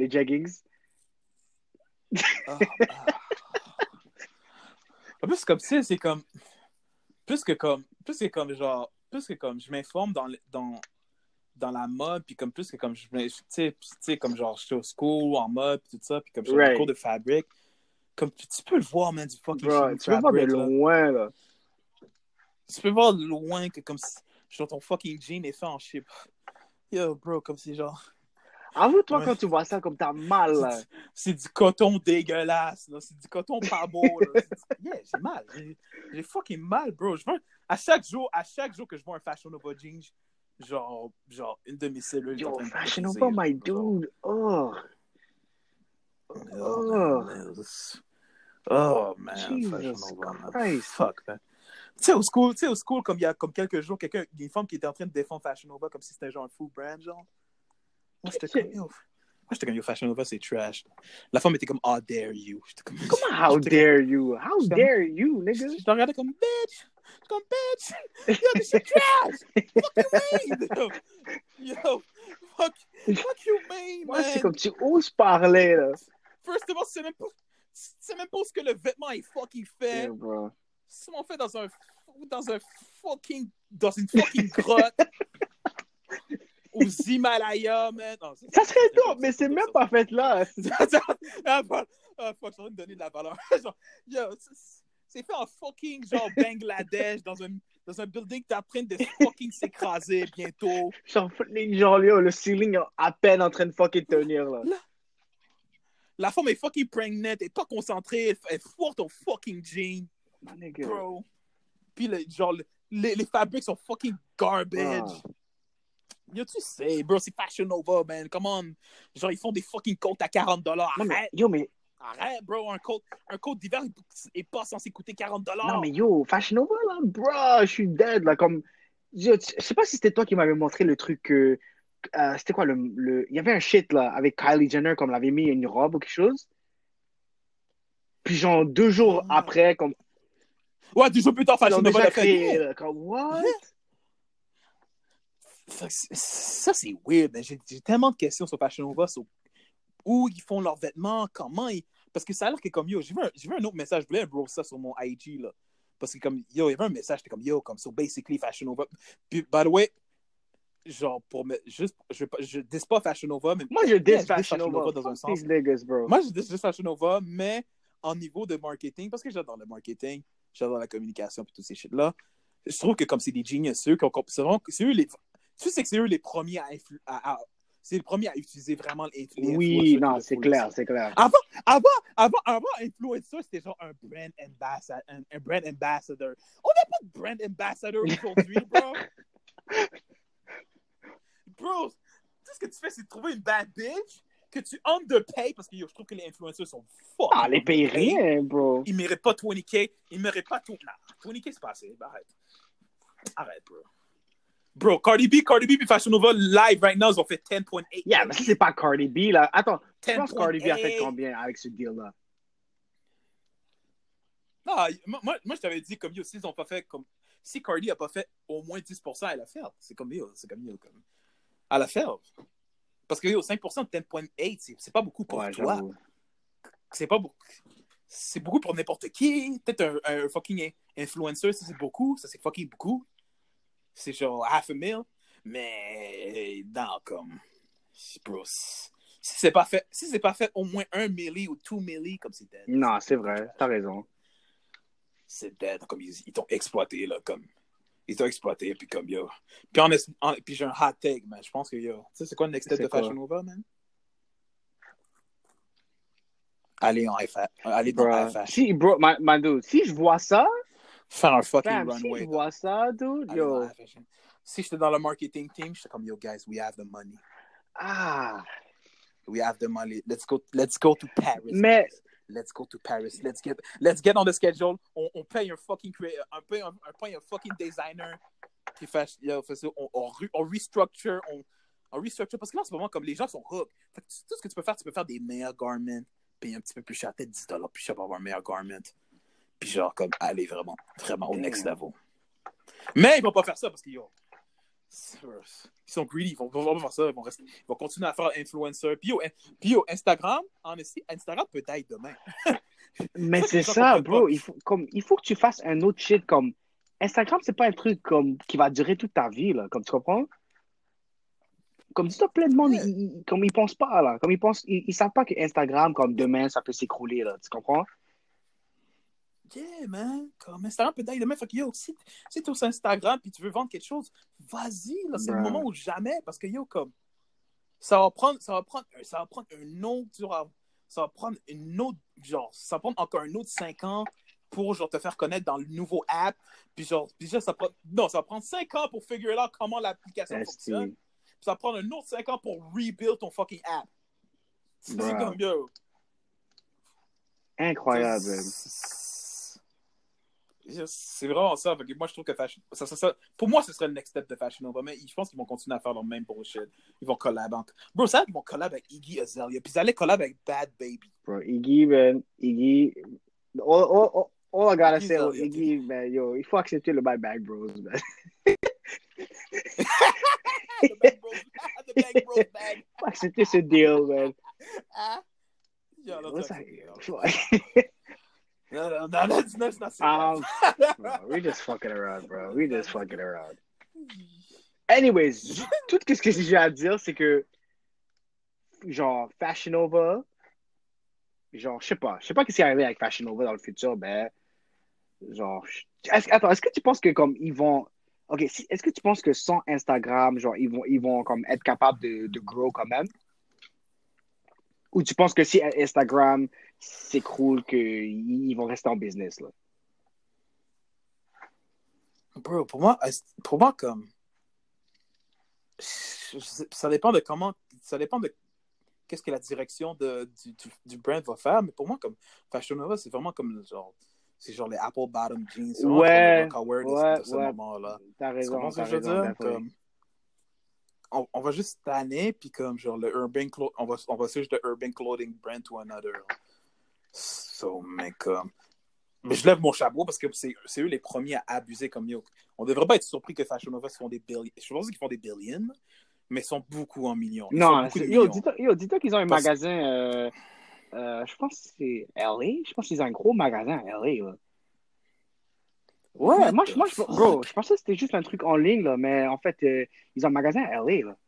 Speaker 1: En plus, comme ça, c'est comme... Plus que comme je m'informe dans la mode, puis comme plus que comme tu sais comme genre je suis au school en mode puis tout ça, puis comme je fais des cours de fabrique, comme tu peux le voir, man, du fucking
Speaker 2: bro, tu peux voir de loin, là.
Speaker 1: Tu peux voir de loin que comme si genre ton fucking jean est fait en chip. Yo, bro, comme si genre
Speaker 2: avoue-toi quand tu vois ça comme t'as mal, là.
Speaker 1: C'est du coton dégueulasse, là. C'est du coton pas beau, là. Yeah, j'ai mal. J'ai fucking mal, bro. À chaque jour que je vois un Fashion Nova jeans, genre une de mes cellules.
Speaker 2: Yo, Fashion Nova, my dude. Oh.
Speaker 1: Oh, man.
Speaker 2: Jesus
Speaker 1: Nova,
Speaker 2: Christ.
Speaker 1: Fuck, man. Tu sais, au school, comme il y a comme quelques jours, il y a une femme qui était en train de défendre Fashion Nova comme si c'était genre un food brand, genre. Moi, j'étais comme, yo, Fashion Nova, c'est trash. La femme était comme, how dare you.
Speaker 2: Comment, how dare you? How dare you, nigga?
Speaker 1: Je te regardais comme, bitch. Comme, bitch. Yo, this shit trash. Fuck you mean? Yo, fuck you mean,
Speaker 2: Moi,
Speaker 1: man.
Speaker 2: c'est comme, tu oses parler, là.
Speaker 1: First of all, c'est même pas ce que le vêtement est fucking fait.
Speaker 2: Yeah, bro.
Speaker 1: C'est fait dans une fucking grotte. Aux Himalayas, man. Non,
Speaker 2: ça serait top, mais c'est même pas fait là.
Speaker 1: Fuck, je suis en train de donner de la valeur. Genre, yo, c'est fait en fucking genre Bangladesh, dans un building qui est en train de fucking s'écraser bientôt.
Speaker 2: Genre, le ceiling est à peine en train de fucking tenir, là.
Speaker 1: La femme est fucking pregnant, elle est pas concentrée, elle foire ton fucking jean. Bro. Puis, les fabriques sont fucking garbage. Yo, tu sais, bro, c'est Fashion Nova, man. Come on. Genre, ils font des fucking coats à $40. Arrête.
Speaker 2: Mais...
Speaker 1: Arrête, bro. Un coat d'hiver est pas censé coûter $40.
Speaker 2: Non, mais yo, Fashion Nova, là, bro, je suis dead, là. Comme... Je sais pas si c'était toi qui m'avais montré le truc que... c'était quoi, il y avait un shit, là, avec Kylie Jenner, comme l'avait mis une robe ou quelque chose. Puis genre, 2 jours après, comme...
Speaker 1: Ouais, 2 jours plus tard, Fashion Nova l'a fait.
Speaker 2: Comme, what?
Speaker 1: Ça, c'est weird, man. J'ai tellement de questions sur Fashion Nova, sur où ils font leurs vêtements, comment ils... Parce que ça a l'air que comme, yo, j'ai vu un autre message, je voulais bro ça sur mon IG, là. Parce que comme, yo, il y avait un message, j'étais comme, yo, comme, so basically Fashion Nova. Puis, by the way, genre, je dis pas Fashion Nova, mais...
Speaker 2: Moi, je dis Fashion Nova dans un sens. Niggas, bro.
Speaker 1: Moi, je dis Fashion Nova, mais en niveau de marketing, parce que j'adore le marketing, j'adore la communication, puis tous ces shit-là, je trouve que comme c'est des genius, c'est eux les... Tu sais que c'est eux les premiers c'est les premiers à utiliser vraiment l'influencer.
Speaker 2: Oui, non, c'est clair.
Speaker 1: Avant influencer, c'était genre un brand ambassador. On n'a pas de brand ambassador aujourd'hui, bro. Bro, tout ce que tu fais, c'est de trouver une bad bitch que tu underpay parce que yo, je trouve que les influencers sont fuck.
Speaker 2: Ah, les payent rien, bro.
Speaker 1: Ils méritent pas 20K. Ils méritent pas tout. Non, 20K, c'est pas assez. Arrête, bro. Bro, Cardi B et Fashion Nova live right now, ils ont fait 10.8.
Speaker 2: Yeah, mais c'est pas Cardi B, là. Attends, tu penses Cardi B a fait combien avec ce deal-là?
Speaker 1: Non, moi, je t'avais dit, comme yo, s'ils ont pas fait comme. Si Cardi a pas fait au moins 10%, elle a fait. C'est comme yo, comme. Elle a fait. Parce que yo, 5% de 10.8, c'est pas beaucoup pour toi. C'est pas beaucoup. c'est beaucoup pour n'importe qui. Peut-être un fucking influencer, ça c'est beaucoup. Ça c'est fucking beaucoup. C'est genre $500,000. Mais non, comme. Bro, si c'est pas fait au moins 1 milli ou 2 milli, comme c'est dead.
Speaker 2: Non, c'est vrai, t'as raison.
Speaker 1: C'est dead. Comme ils t'ont exploité, là. Comme. Ils t'ont exploité, puis comme yo. Puis j'ai un hot take, man. Je pense que yo. Tu sais, c'est quoi le next step de Fashion Nova, man? Aller dans high fashion.
Speaker 2: Si, bro, my dude, si je vois ça,
Speaker 1: faire un fucking runway.
Speaker 2: Si je vois ça, dude, yo.
Speaker 1: Si j'étais dans le marketing team, j'étais comme, yo, guys, we have the money. We have the money. Let's go to Paris.
Speaker 2: Mais...
Speaker 1: Guys. Let's go to Paris. Let's get on the schedule. On paye un fucking un fucking designer qui fait, on restructure, on restructure. Parce que là, en ce moment, comme les gens sont hooked. Fait que tout ce que tu peux faire des meilleurs garments, payer un petit peu plus cher, peut-être $10 plus cher pour avoir un meilleur garment. Puis genre, comme, aller vraiment, vraiment au next level. Mais ils vont pas faire ça parce qu'ils sont greedy, ils vont pas faire ça, ils vont continuer à faire influencer. Puis yo, Instagram, honestly, Instagram peut être demain.
Speaker 2: Mais c'est ça, bro. Il faut que tu fasses un autre shit comme Instagram, c'est pas un truc comme qui va durer toute ta vie, là, comme tu comprends? Comme dis-toi, plein de monde, comme ils pensent pas, là. Comme ils savent pas que Instagram, comme demain, ça peut s'écrouler, là. Tu comprends?
Speaker 1: Yeah, man. Comme Instagram peut être demain. Fait que yo, si tu es sur Instagram puis tu veux vendre quelque chose, vas-y, là. C'est le moment ou jamais. Parce que yo, comme, ça va prendre un autre, ça va prendre encore un autre 5 ans pour genre te faire connaître dans le nouveau app. Puis ça va prendre 5 ans pour figurer là comment l'application fonctionne. Puis ça va prendre un autre 5 ans pour rebuild ton fucking app. C'est comme yo.
Speaker 2: Incroyable.
Speaker 1: C'est vraiment ça. Fait que moi, je trouve que pour moi, ce serait le next step de Fashion Nova. Mais je pense qu'ils vont continuer à faire leur même bullshit. Ils vont collab. Bro, ça, ils vont collab avec Iggy Azalea. Puis ils allaient collab avec Bad Baby.
Speaker 2: Bro, Iggy, man. Iggy. All I gotta say, Iggy, man, yo, il faut accepter le Bad Bag Bros, man.
Speaker 1: The Bag Bros bag.
Speaker 2: Il faut accepter ce deal, man.
Speaker 1: Yo,
Speaker 2: that's
Speaker 1: No, that's not
Speaker 2: bro, we're just fucking around, bro. We're just fucking around. Anyways, tout ce que j'ai à dire, c'est que, genre, Fashion Nova, genre, je sais pas qu'est-ce qui est arrivé avec Fashion Nova dans le futur, ben, genre, est-ce que tu penses que, comme, ils vont, ok, est-ce que tu penses que sans Instagram, genre, ils vont comme, être capables de grow quand même? Ou tu penses que si Instagram s'écroule, qu'ils vont rester en business, là?
Speaker 1: Bro, pour moi, comme... Ça dépend de comment... Ça dépend de qu'est-ce que la direction du brand va faire. Mais pour moi, comme Fashion Nova, c'est vraiment comme genre... C'est genre les Apple Bottom Jeans. C'est
Speaker 2: ouais,
Speaker 1: comme le de ce moment-là.
Speaker 2: T'as raison,
Speaker 1: comme... On va juste tanner, puis comme genre le urban clothing, on va switch de urban clothing brand to another. So, mais comme... Mais je lève mon chapeau parce que c'est eux les premiers à abuser comme yo. On devrait pas être surpris que Fashion Nova font des billions. Je pense qu'ils font des billions, mais ils sont beaucoup en millions.
Speaker 2: Dis-toi qu'ils ont un magasin, je pense que c'est LA. Je pense qu'ils ont un gros magasin à LA, là. Ouais, moi bro, je pensais que c'était juste un truc en ligne, là, mais en fait, ils ont un magasin à LA, là.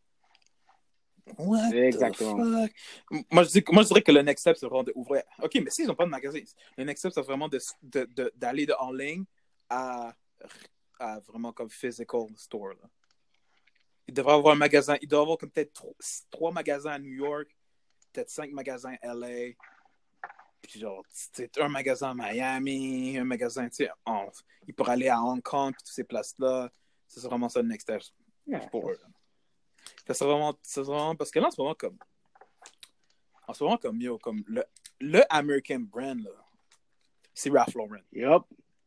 Speaker 1: What
Speaker 2: exactement.
Speaker 1: The fuck? Moi, je dirais que le next step, c'est vraiment d'ouvrir. OK, mais s'ils n'ont pas de magasin, le next step, c'est vraiment d'aller de en ligne à vraiment comme physical store, là. Il devrait avoir un magasin. Il doit avoir comme peut-être 3 magasins à New York, peut-être 5 magasins à LA. Puis genre, un magasin à Miami, un magasin, tu sais, il pourrait aller à Hong Kong, puis toutes ces places-là. C'est vraiment ça le next step pour eux. C'est vraiment parce que là, en ce moment, comme yo, comme le American brand, là, c'est Ralph Lauren.
Speaker 2: Yup.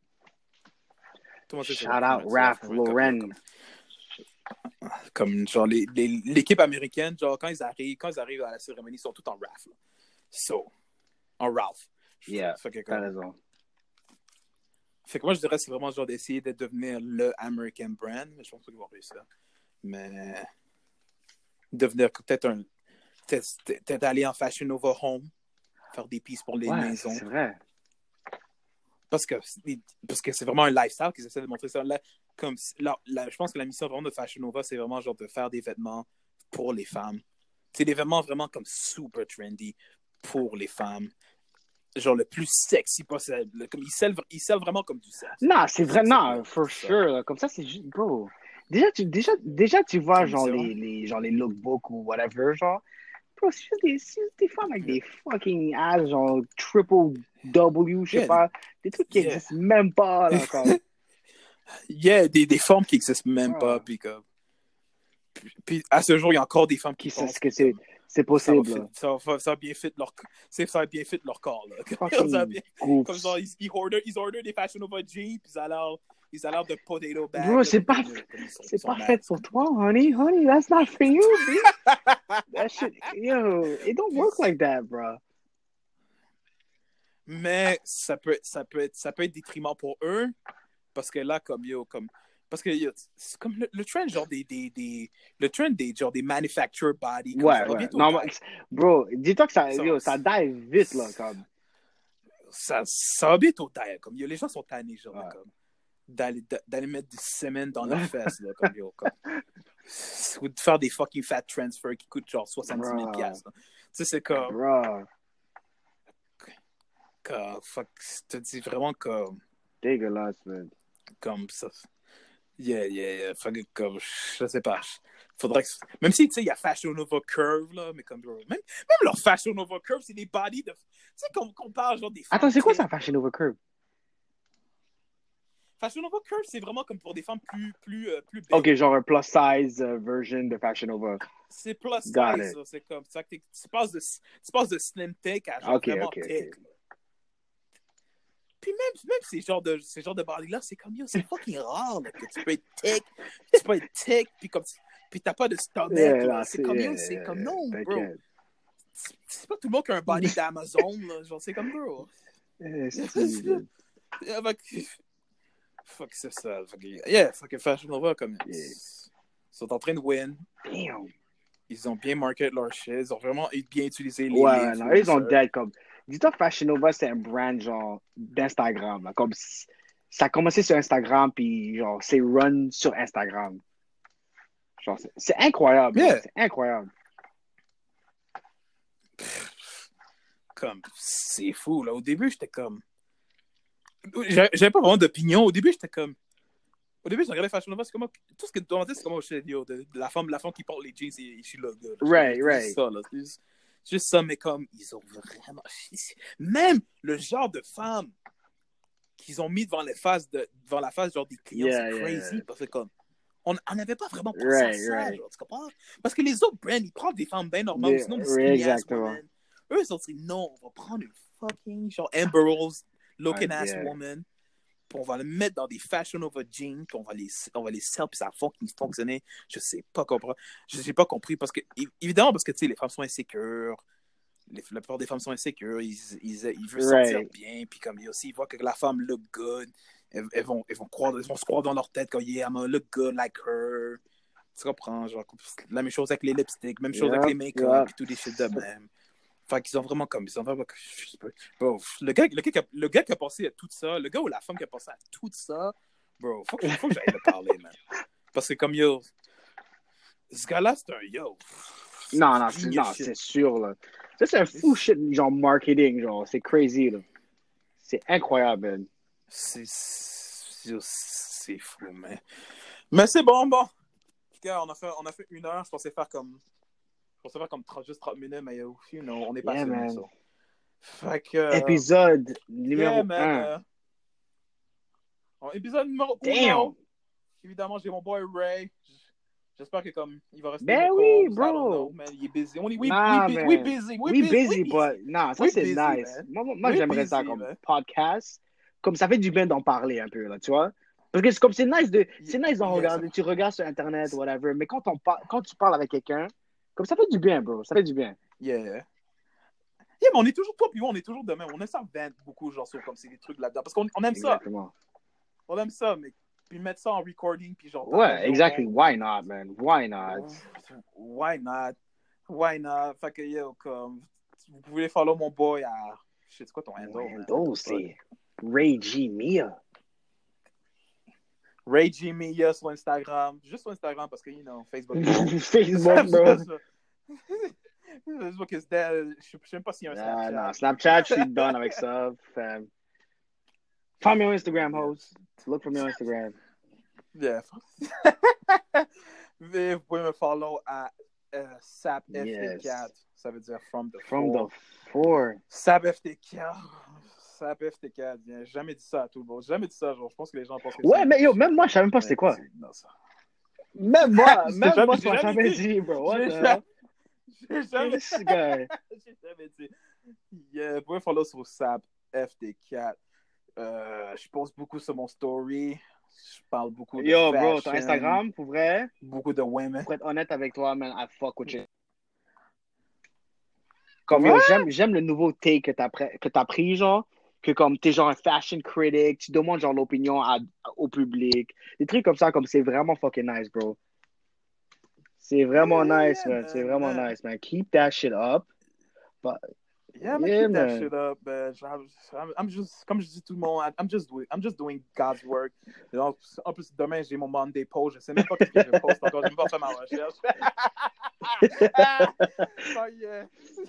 Speaker 2: Shout out Ralph Lauren.
Speaker 1: Comme genre l'équipe américaine, genre quand ils arrivent à la cérémonie, ils sont tous en Ralph. Là. So, en Ralph.
Speaker 2: Yeah, t'as raison.
Speaker 1: Fait que moi, je dirais que c'est vraiment genre d'essayer de devenir le American brand, mais je pense pas qu'ils vont réussir. Mais devenir peut-être aller en Fashion Nova Home. faire des pistes pour les
Speaker 2: Ouais,
Speaker 1: maisons.
Speaker 2: c'est vrai.
Speaker 1: Parce que c'est vraiment un lifestyle qu'ils essaient de montrer ça. Là, comme, je pense que la mission vraiment de Fashion Nova, c'est vraiment genre de faire des vêtements pour les femmes. C'est des vêtements vraiment comme super trendy pour les femmes. Genre le plus sexy possible. Comme ils scellent vraiment comme du sexe.
Speaker 2: Non, c'est vrai, non, for sure. Là. Comme ça, c'est juste, bro. Déjà, tu vois, genre, les lookbooks ou whatever, genre. Bro, c'est juste des femmes avec des fucking ass, genre, triple W, je sais pas. Des trucs qui existent même pas, là, comme.
Speaker 1: Des formes qui existent même pas, puis comme. Puis à ce jour, il y a encore des femmes qui pensent
Speaker 2: que c'est possible.
Speaker 1: Ça va bien fit leur corps. Là. Comme genre, ils order des Fashion Nova jeans, puis ils ont l'air de potato bag.
Speaker 2: Bro, c'est pas fait pour toi, honey. Honey, that's not for you, B. That shit, yo, it don't work like that, bro.
Speaker 1: Mais ça peut être détriment pour eux, parce que là, parce que c'est comme le trend genre le trend des genre des manufactured body comme ça va bientôt
Speaker 2: non, bro, dis-toi que ça dive vite là comme
Speaker 1: ça va bientôt die comme les gens sont tannés genre comme d'aller mettre du cement dans leurs fesses là comme ou de faire des fucking fat transfers qui coûtent genre 70 000 $. Tu sais c'est comme fuck je te dis vraiment comme
Speaker 2: dégueulasse man
Speaker 1: comme ça. Yeah. Comme, je sais pas. Faudrait que... Même si, tu sais, il y a Fashion Nova Curve, là, mais comme... Même leur Fashion Nova Curve, c'est des bodies de... Tu sais, qu'on parle, genre, des femmes...
Speaker 2: Attends, c'est quoi ça, Fashion Nova Curve?
Speaker 1: Fashion Nova Curve, c'est vraiment comme pour des femmes plus big.
Speaker 2: OK, genre un plus size version de Fashion Nova.
Speaker 1: C'est plus size, là. C'est comme ça que tu passes de slim thick à genre vraiment thick. Puis même ces genres de body-là, c'est comme, c'est fucking rare, là, que tu peux être thick, puis t'as pas de stomach, là. C'est comme, c'est comme, non, bro. C'est pas tout le monde qui a un body d'Amazon, là. Genre, c'est comme, bro. Fuck, c'est ça. Fucking Fashion Nova, comme, ils sont en train de win.
Speaker 2: Damn.
Speaker 1: Ils ont bien market leur shit. Ils ont vraiment bien utilisé les
Speaker 2: non, ils ont dead comme... Dis-toi, Fashion Nova, c'est un brand genre d'Instagram. Là, comme ça a commencé sur Instagram, puis genre, c'est run sur Instagram. Genre, c'est incroyable. C'est incroyable.
Speaker 1: Comme, c'est fou, là. Au début, j'étais comme... J'avais pas vraiment d'opinion. Au début, j'étais comme... Au début, je regardais Fashion Nova, c'est comme... Tout ce que tu demandais, c'est comme, de la femme qui porte les jeans et she look good.
Speaker 2: Right.
Speaker 1: C'est ça, là. Juste ça, mais comme, ils ont vraiment... Même le genre de femmes qu'ils ont mis devant la face genre des clients, c'est crazy, parce que comme, on n'avait pas vraiment pensé à ça, genre, tu comprends? Parce que les autres brands, ils prennent des femmes bien normales, sinon des skinny ass women. Eux, ils ont dit, non, on va prendre une fucking, genre, Amber Rose looking ass woman, puis on va le mettre dans des Fashion Nova jeans, puis on va les sell, puis ça a fonctionné. Je sais pas comprendre. Je n'ai pas compris, parce que, évidemment, parce que, tu sais, les femmes sont insécures. La plupart des femmes sont insécures. Ils veulent sentir bien, puis comme ils voient que la femme look good, elles vont se croire dans leur tête comme, yeah, I'm gonna look good like her. Tu comprends? Genre, la même chose avec les lipsticks, même chose avec les make-up, puis tout des shit de même. Fait qu'ils ont vraiment comme... Bro, le gars qui a passé à tout ça, le gars ou la femme qui a passé à tout ça, bro, faut que j'aille le parler, man. Parce que comme, ce gars-là, c'est un
Speaker 2: Non, c'est sûr, là. Ça, c'est un fou shit, genre marketing, genre, c'est crazy, là. C'est incroyable, man.
Speaker 1: C'est fou, mais c'est bon. Regarde, on a fait 1 heure, je pensais faire comme juste 30 minutes, mais on est passé comme ça. Fait que...
Speaker 2: Épisode numéro 1.
Speaker 1: Épisode numéro 1. Évidemment, j'ai mon boy Ray. J'espère que comme il va rester.
Speaker 2: Ben oui, bro.
Speaker 1: Man, il est busy. We
Speaker 2: busy, but non, ça c'est nice. Moi j'aimerais ça comme podcast. Comme ça fait du bien d'en parler un peu là, tu vois. Parce que c'est nice d'en regarder. Tu regardes sur internet, whatever. Mais quand tu parles avec quelqu'un, comme ça fait du bien, bro. Ça fait du bien.
Speaker 1: Yeah, mais on est toujours, toi puis moi, on est toujours de même. On aime ça vendre beaucoup, genre, sur comme c'est des trucs là-dedans. Parce qu'on aime
Speaker 2: Exactement.
Speaker 1: ça. On aime ça, mais puis mettre ça en recording, puis genre...
Speaker 2: Ouais, exactly. Why not, man? Why not?
Speaker 1: Why not? Fait que, comme... Vous pouvez follow mon boy à... Je sais quoi ton handle?
Speaker 2: Mon handle, c'est Ray G Mia.
Speaker 1: Ray G Mia sur Instagram. Juste sur Instagram parce que, Facebook.
Speaker 2: Facebook, bro.
Speaker 1: Facebook is dead. Je sais même pas s'il y a un Snapchat.
Speaker 2: Non, Snapchat, je suis done avec ça. Find me on Instagram, host. Look for me on Instagram.
Speaker 1: Yeah. Vous pouvez me follow à SAPFT4. Ça veut dire From the Four. SAPFT4. SAPFT4. J'ai jamais dit ça à tout le monde. J'ai jamais dit ça. Genre, je pense que les gens pensent que
Speaker 2: ouais, mais yo, même moi, je savais même pas c'était quoi.
Speaker 1: Non, ça.
Speaker 2: Même moi, je l'ai jamais dit, bro. What the hell?
Speaker 1: J'ai jamais dit. Yeah, vous pouvez follow sur SAPFT4. Je poste beaucoup sur mon story. Je parle beaucoup de
Speaker 2: yo,
Speaker 1: fashion.
Speaker 2: Bro, ton Instagram, pour vrai?
Speaker 1: Beaucoup de women.
Speaker 2: Pour être honnête avec toi, man, I fuck with you. Comme, yo, j'aime le nouveau take que t'as pris, genre, que comme t'es genre un fashion critic, tu demandes genre l'opinion au public. Des trucs comme ça, comme c'est vraiment fucking nice, bro. C'est vraiment nice, man. C'est vraiment nice, man. Keep that shit up. But,
Speaker 1: yeah, man, keep that shit up, man. I'm just, comme je dis tout le monde, I'm just doing God's work. En plus, demain, j'ai mon Monday post. Je sais même pas ce que je poste encore. J'ai même pas fait ma recherche. Oh, yeah.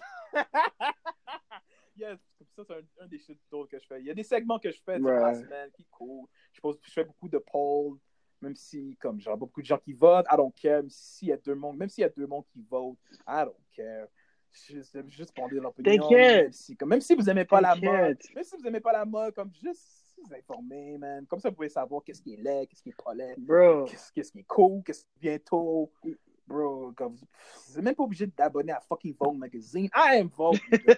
Speaker 1: Yeah, ça, c'est un des shit d'autres que je fais. Il y a des segments que je fais durant la semaine qui sont cool. Je fais beaucoup de polls. Même si, comme, genre, beaucoup de gens qui votent, I don't care. Même s'il y a deux mondes qui votent, I don't care. Juste pour dire l'opinion. Même si vous n'aimez pas la mode, comme, juste vous informer, man. Comme ça, vous pouvez savoir qu'est-ce qui est laid, qu'est-ce qui est pas laid, qu'est-ce qui est cool, qu'est-ce qui est bientôt. Bro, comme, vous n'êtes même pas obligé d'abonner à fucking Vogue Magazine. I am Vogue.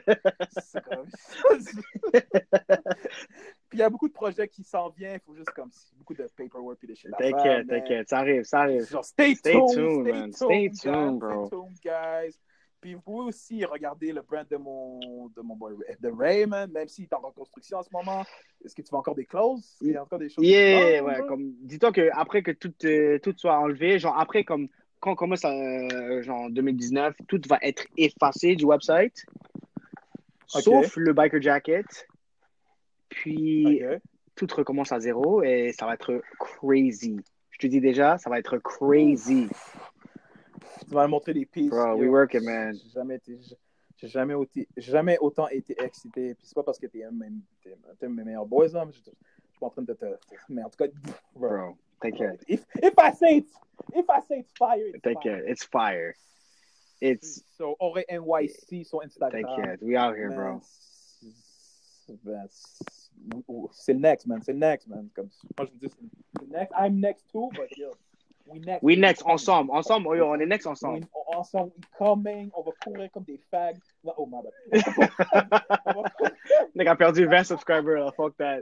Speaker 1: Puis il y a beaucoup de projets qui s'en viennent. Il faut juste comme beaucoup de paperwork et des shit.
Speaker 2: T'inquiète, ça arrive.
Speaker 1: Genre, stay tuned,
Speaker 2: man. Stay tuned, bro.
Speaker 1: Stay tuned, guys. Puis vous pouvez aussi regarder le brand de mon boy, de Raymond, même s'il est en reconstruction en ce moment. Est-ce que tu veux encore des clauses? Il y a encore des choses.
Speaker 2: Ouais, comme, dis-toi que après que tout soit enlevé, genre après, comme, quand on commence genre 2019, tout va être effacé du website, sauf le biker jacket. Puis tout recommence à zéro et ça va être crazy. Je te dis déjà, ça va être crazy.
Speaker 1: Tu vas me montrer des pistes.
Speaker 2: Bro, we working, man.
Speaker 1: J'ai jamais autant été excité. Puis c'est pas parce que t'es un de mes meilleurs boys, hein, mais je suis pas en train de te. Mais en tout cas,
Speaker 2: bro, t'inquiète.
Speaker 1: If I say it's fire,
Speaker 2: it's fire. It's
Speaker 1: so Ore NYC sur Instagram.
Speaker 2: T'inquiète, we out here, bro.
Speaker 1: C'est next, man. Comme moi je me dis, next. I'm next too, but yo.
Speaker 2: We next, ensemble, yo, on est next ensemble.
Speaker 1: Ensemble, coming, on va courir comme des fags. Oh, my bad.
Speaker 2: Nigga a perdu 20 subscribers, là, fuck that.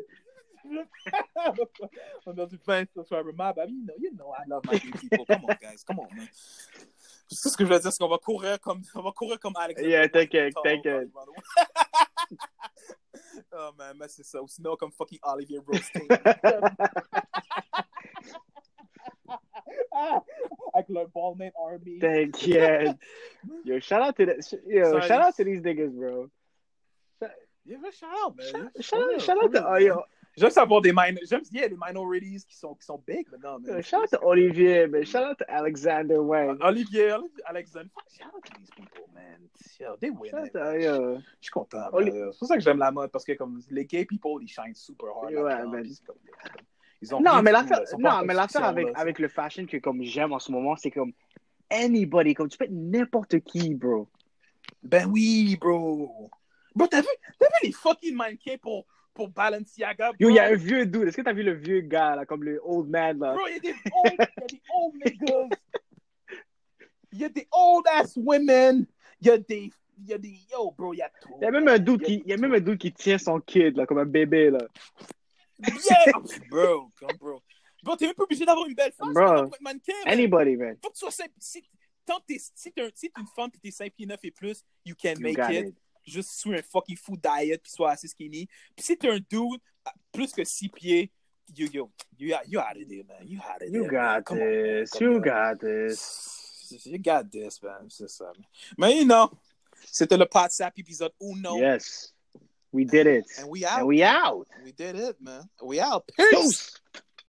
Speaker 1: On a perdu 20 subscribers, my bad. You know, I love my gay people. Come on, guys, come on, man. C'est ce que je veux dire, c'est qu'on va courir comme Alex.
Speaker 2: Yeah, t'inquiète.
Speaker 1: Oh, man, c'est ça. Ou sinon, comme fucking Olivier Roasting. Avec le Ballman Army.
Speaker 2: T'inquiète. Yo, shout out to these niggas, bro.
Speaker 1: Yeah, shout out, man.
Speaker 2: Shout out to yo.
Speaker 1: J'aime savoir des minorities qui sont big maintenant, man.
Speaker 2: Shout out to Olivier, man. Shout out to Alexander Wang.
Speaker 1: Olivier, Alexander. Shout out to these people, man. Yo, they win. Je suis content. C'est pour ça que j'aime la mode, parce que comme les gay people, ils shine super hard.
Speaker 2: Ouais, man. Non, mais l'affaire avec le fashion que comme j'aime en ce moment, c'est comme anybody, comme tu peux être n'importe qui, bro.
Speaker 1: Ben oui, bro. Bro, t'as vu les fucking mannequins pour Balenciaga, bro?
Speaker 2: Yo, il y a un vieux dude. Est-ce que t'as vu le vieux gars, là, comme le old man, là?
Speaker 1: Bro, il y a des old niggas. Il y a des old ass women. Il y a des yo, bro, il y a tout.
Speaker 2: Il y a même un dude qui tient son kid, là, comme un bébé, là.
Speaker 1: Yeah! Bro, t'es même pas obligé d'avoir une belle femme.
Speaker 2: Bro,
Speaker 1: mannequin,
Speaker 2: anybody, man.
Speaker 1: Faut que tu sois si t'es une femme pis t'es 5 pieds 9 et plus, you can make it. Juste sur un fucking food diet pis sois assez skinny. Pis si t'es un dude plus que 6 pieds, you out of there, man.
Speaker 2: You got this, man.
Speaker 1: You got this, man. C'est ça. Mais you know, C'était le PodSap épisode 1.
Speaker 2: Yes. We did it.
Speaker 1: And we out.
Speaker 2: And we out.
Speaker 1: We did it, man. We out. Peace.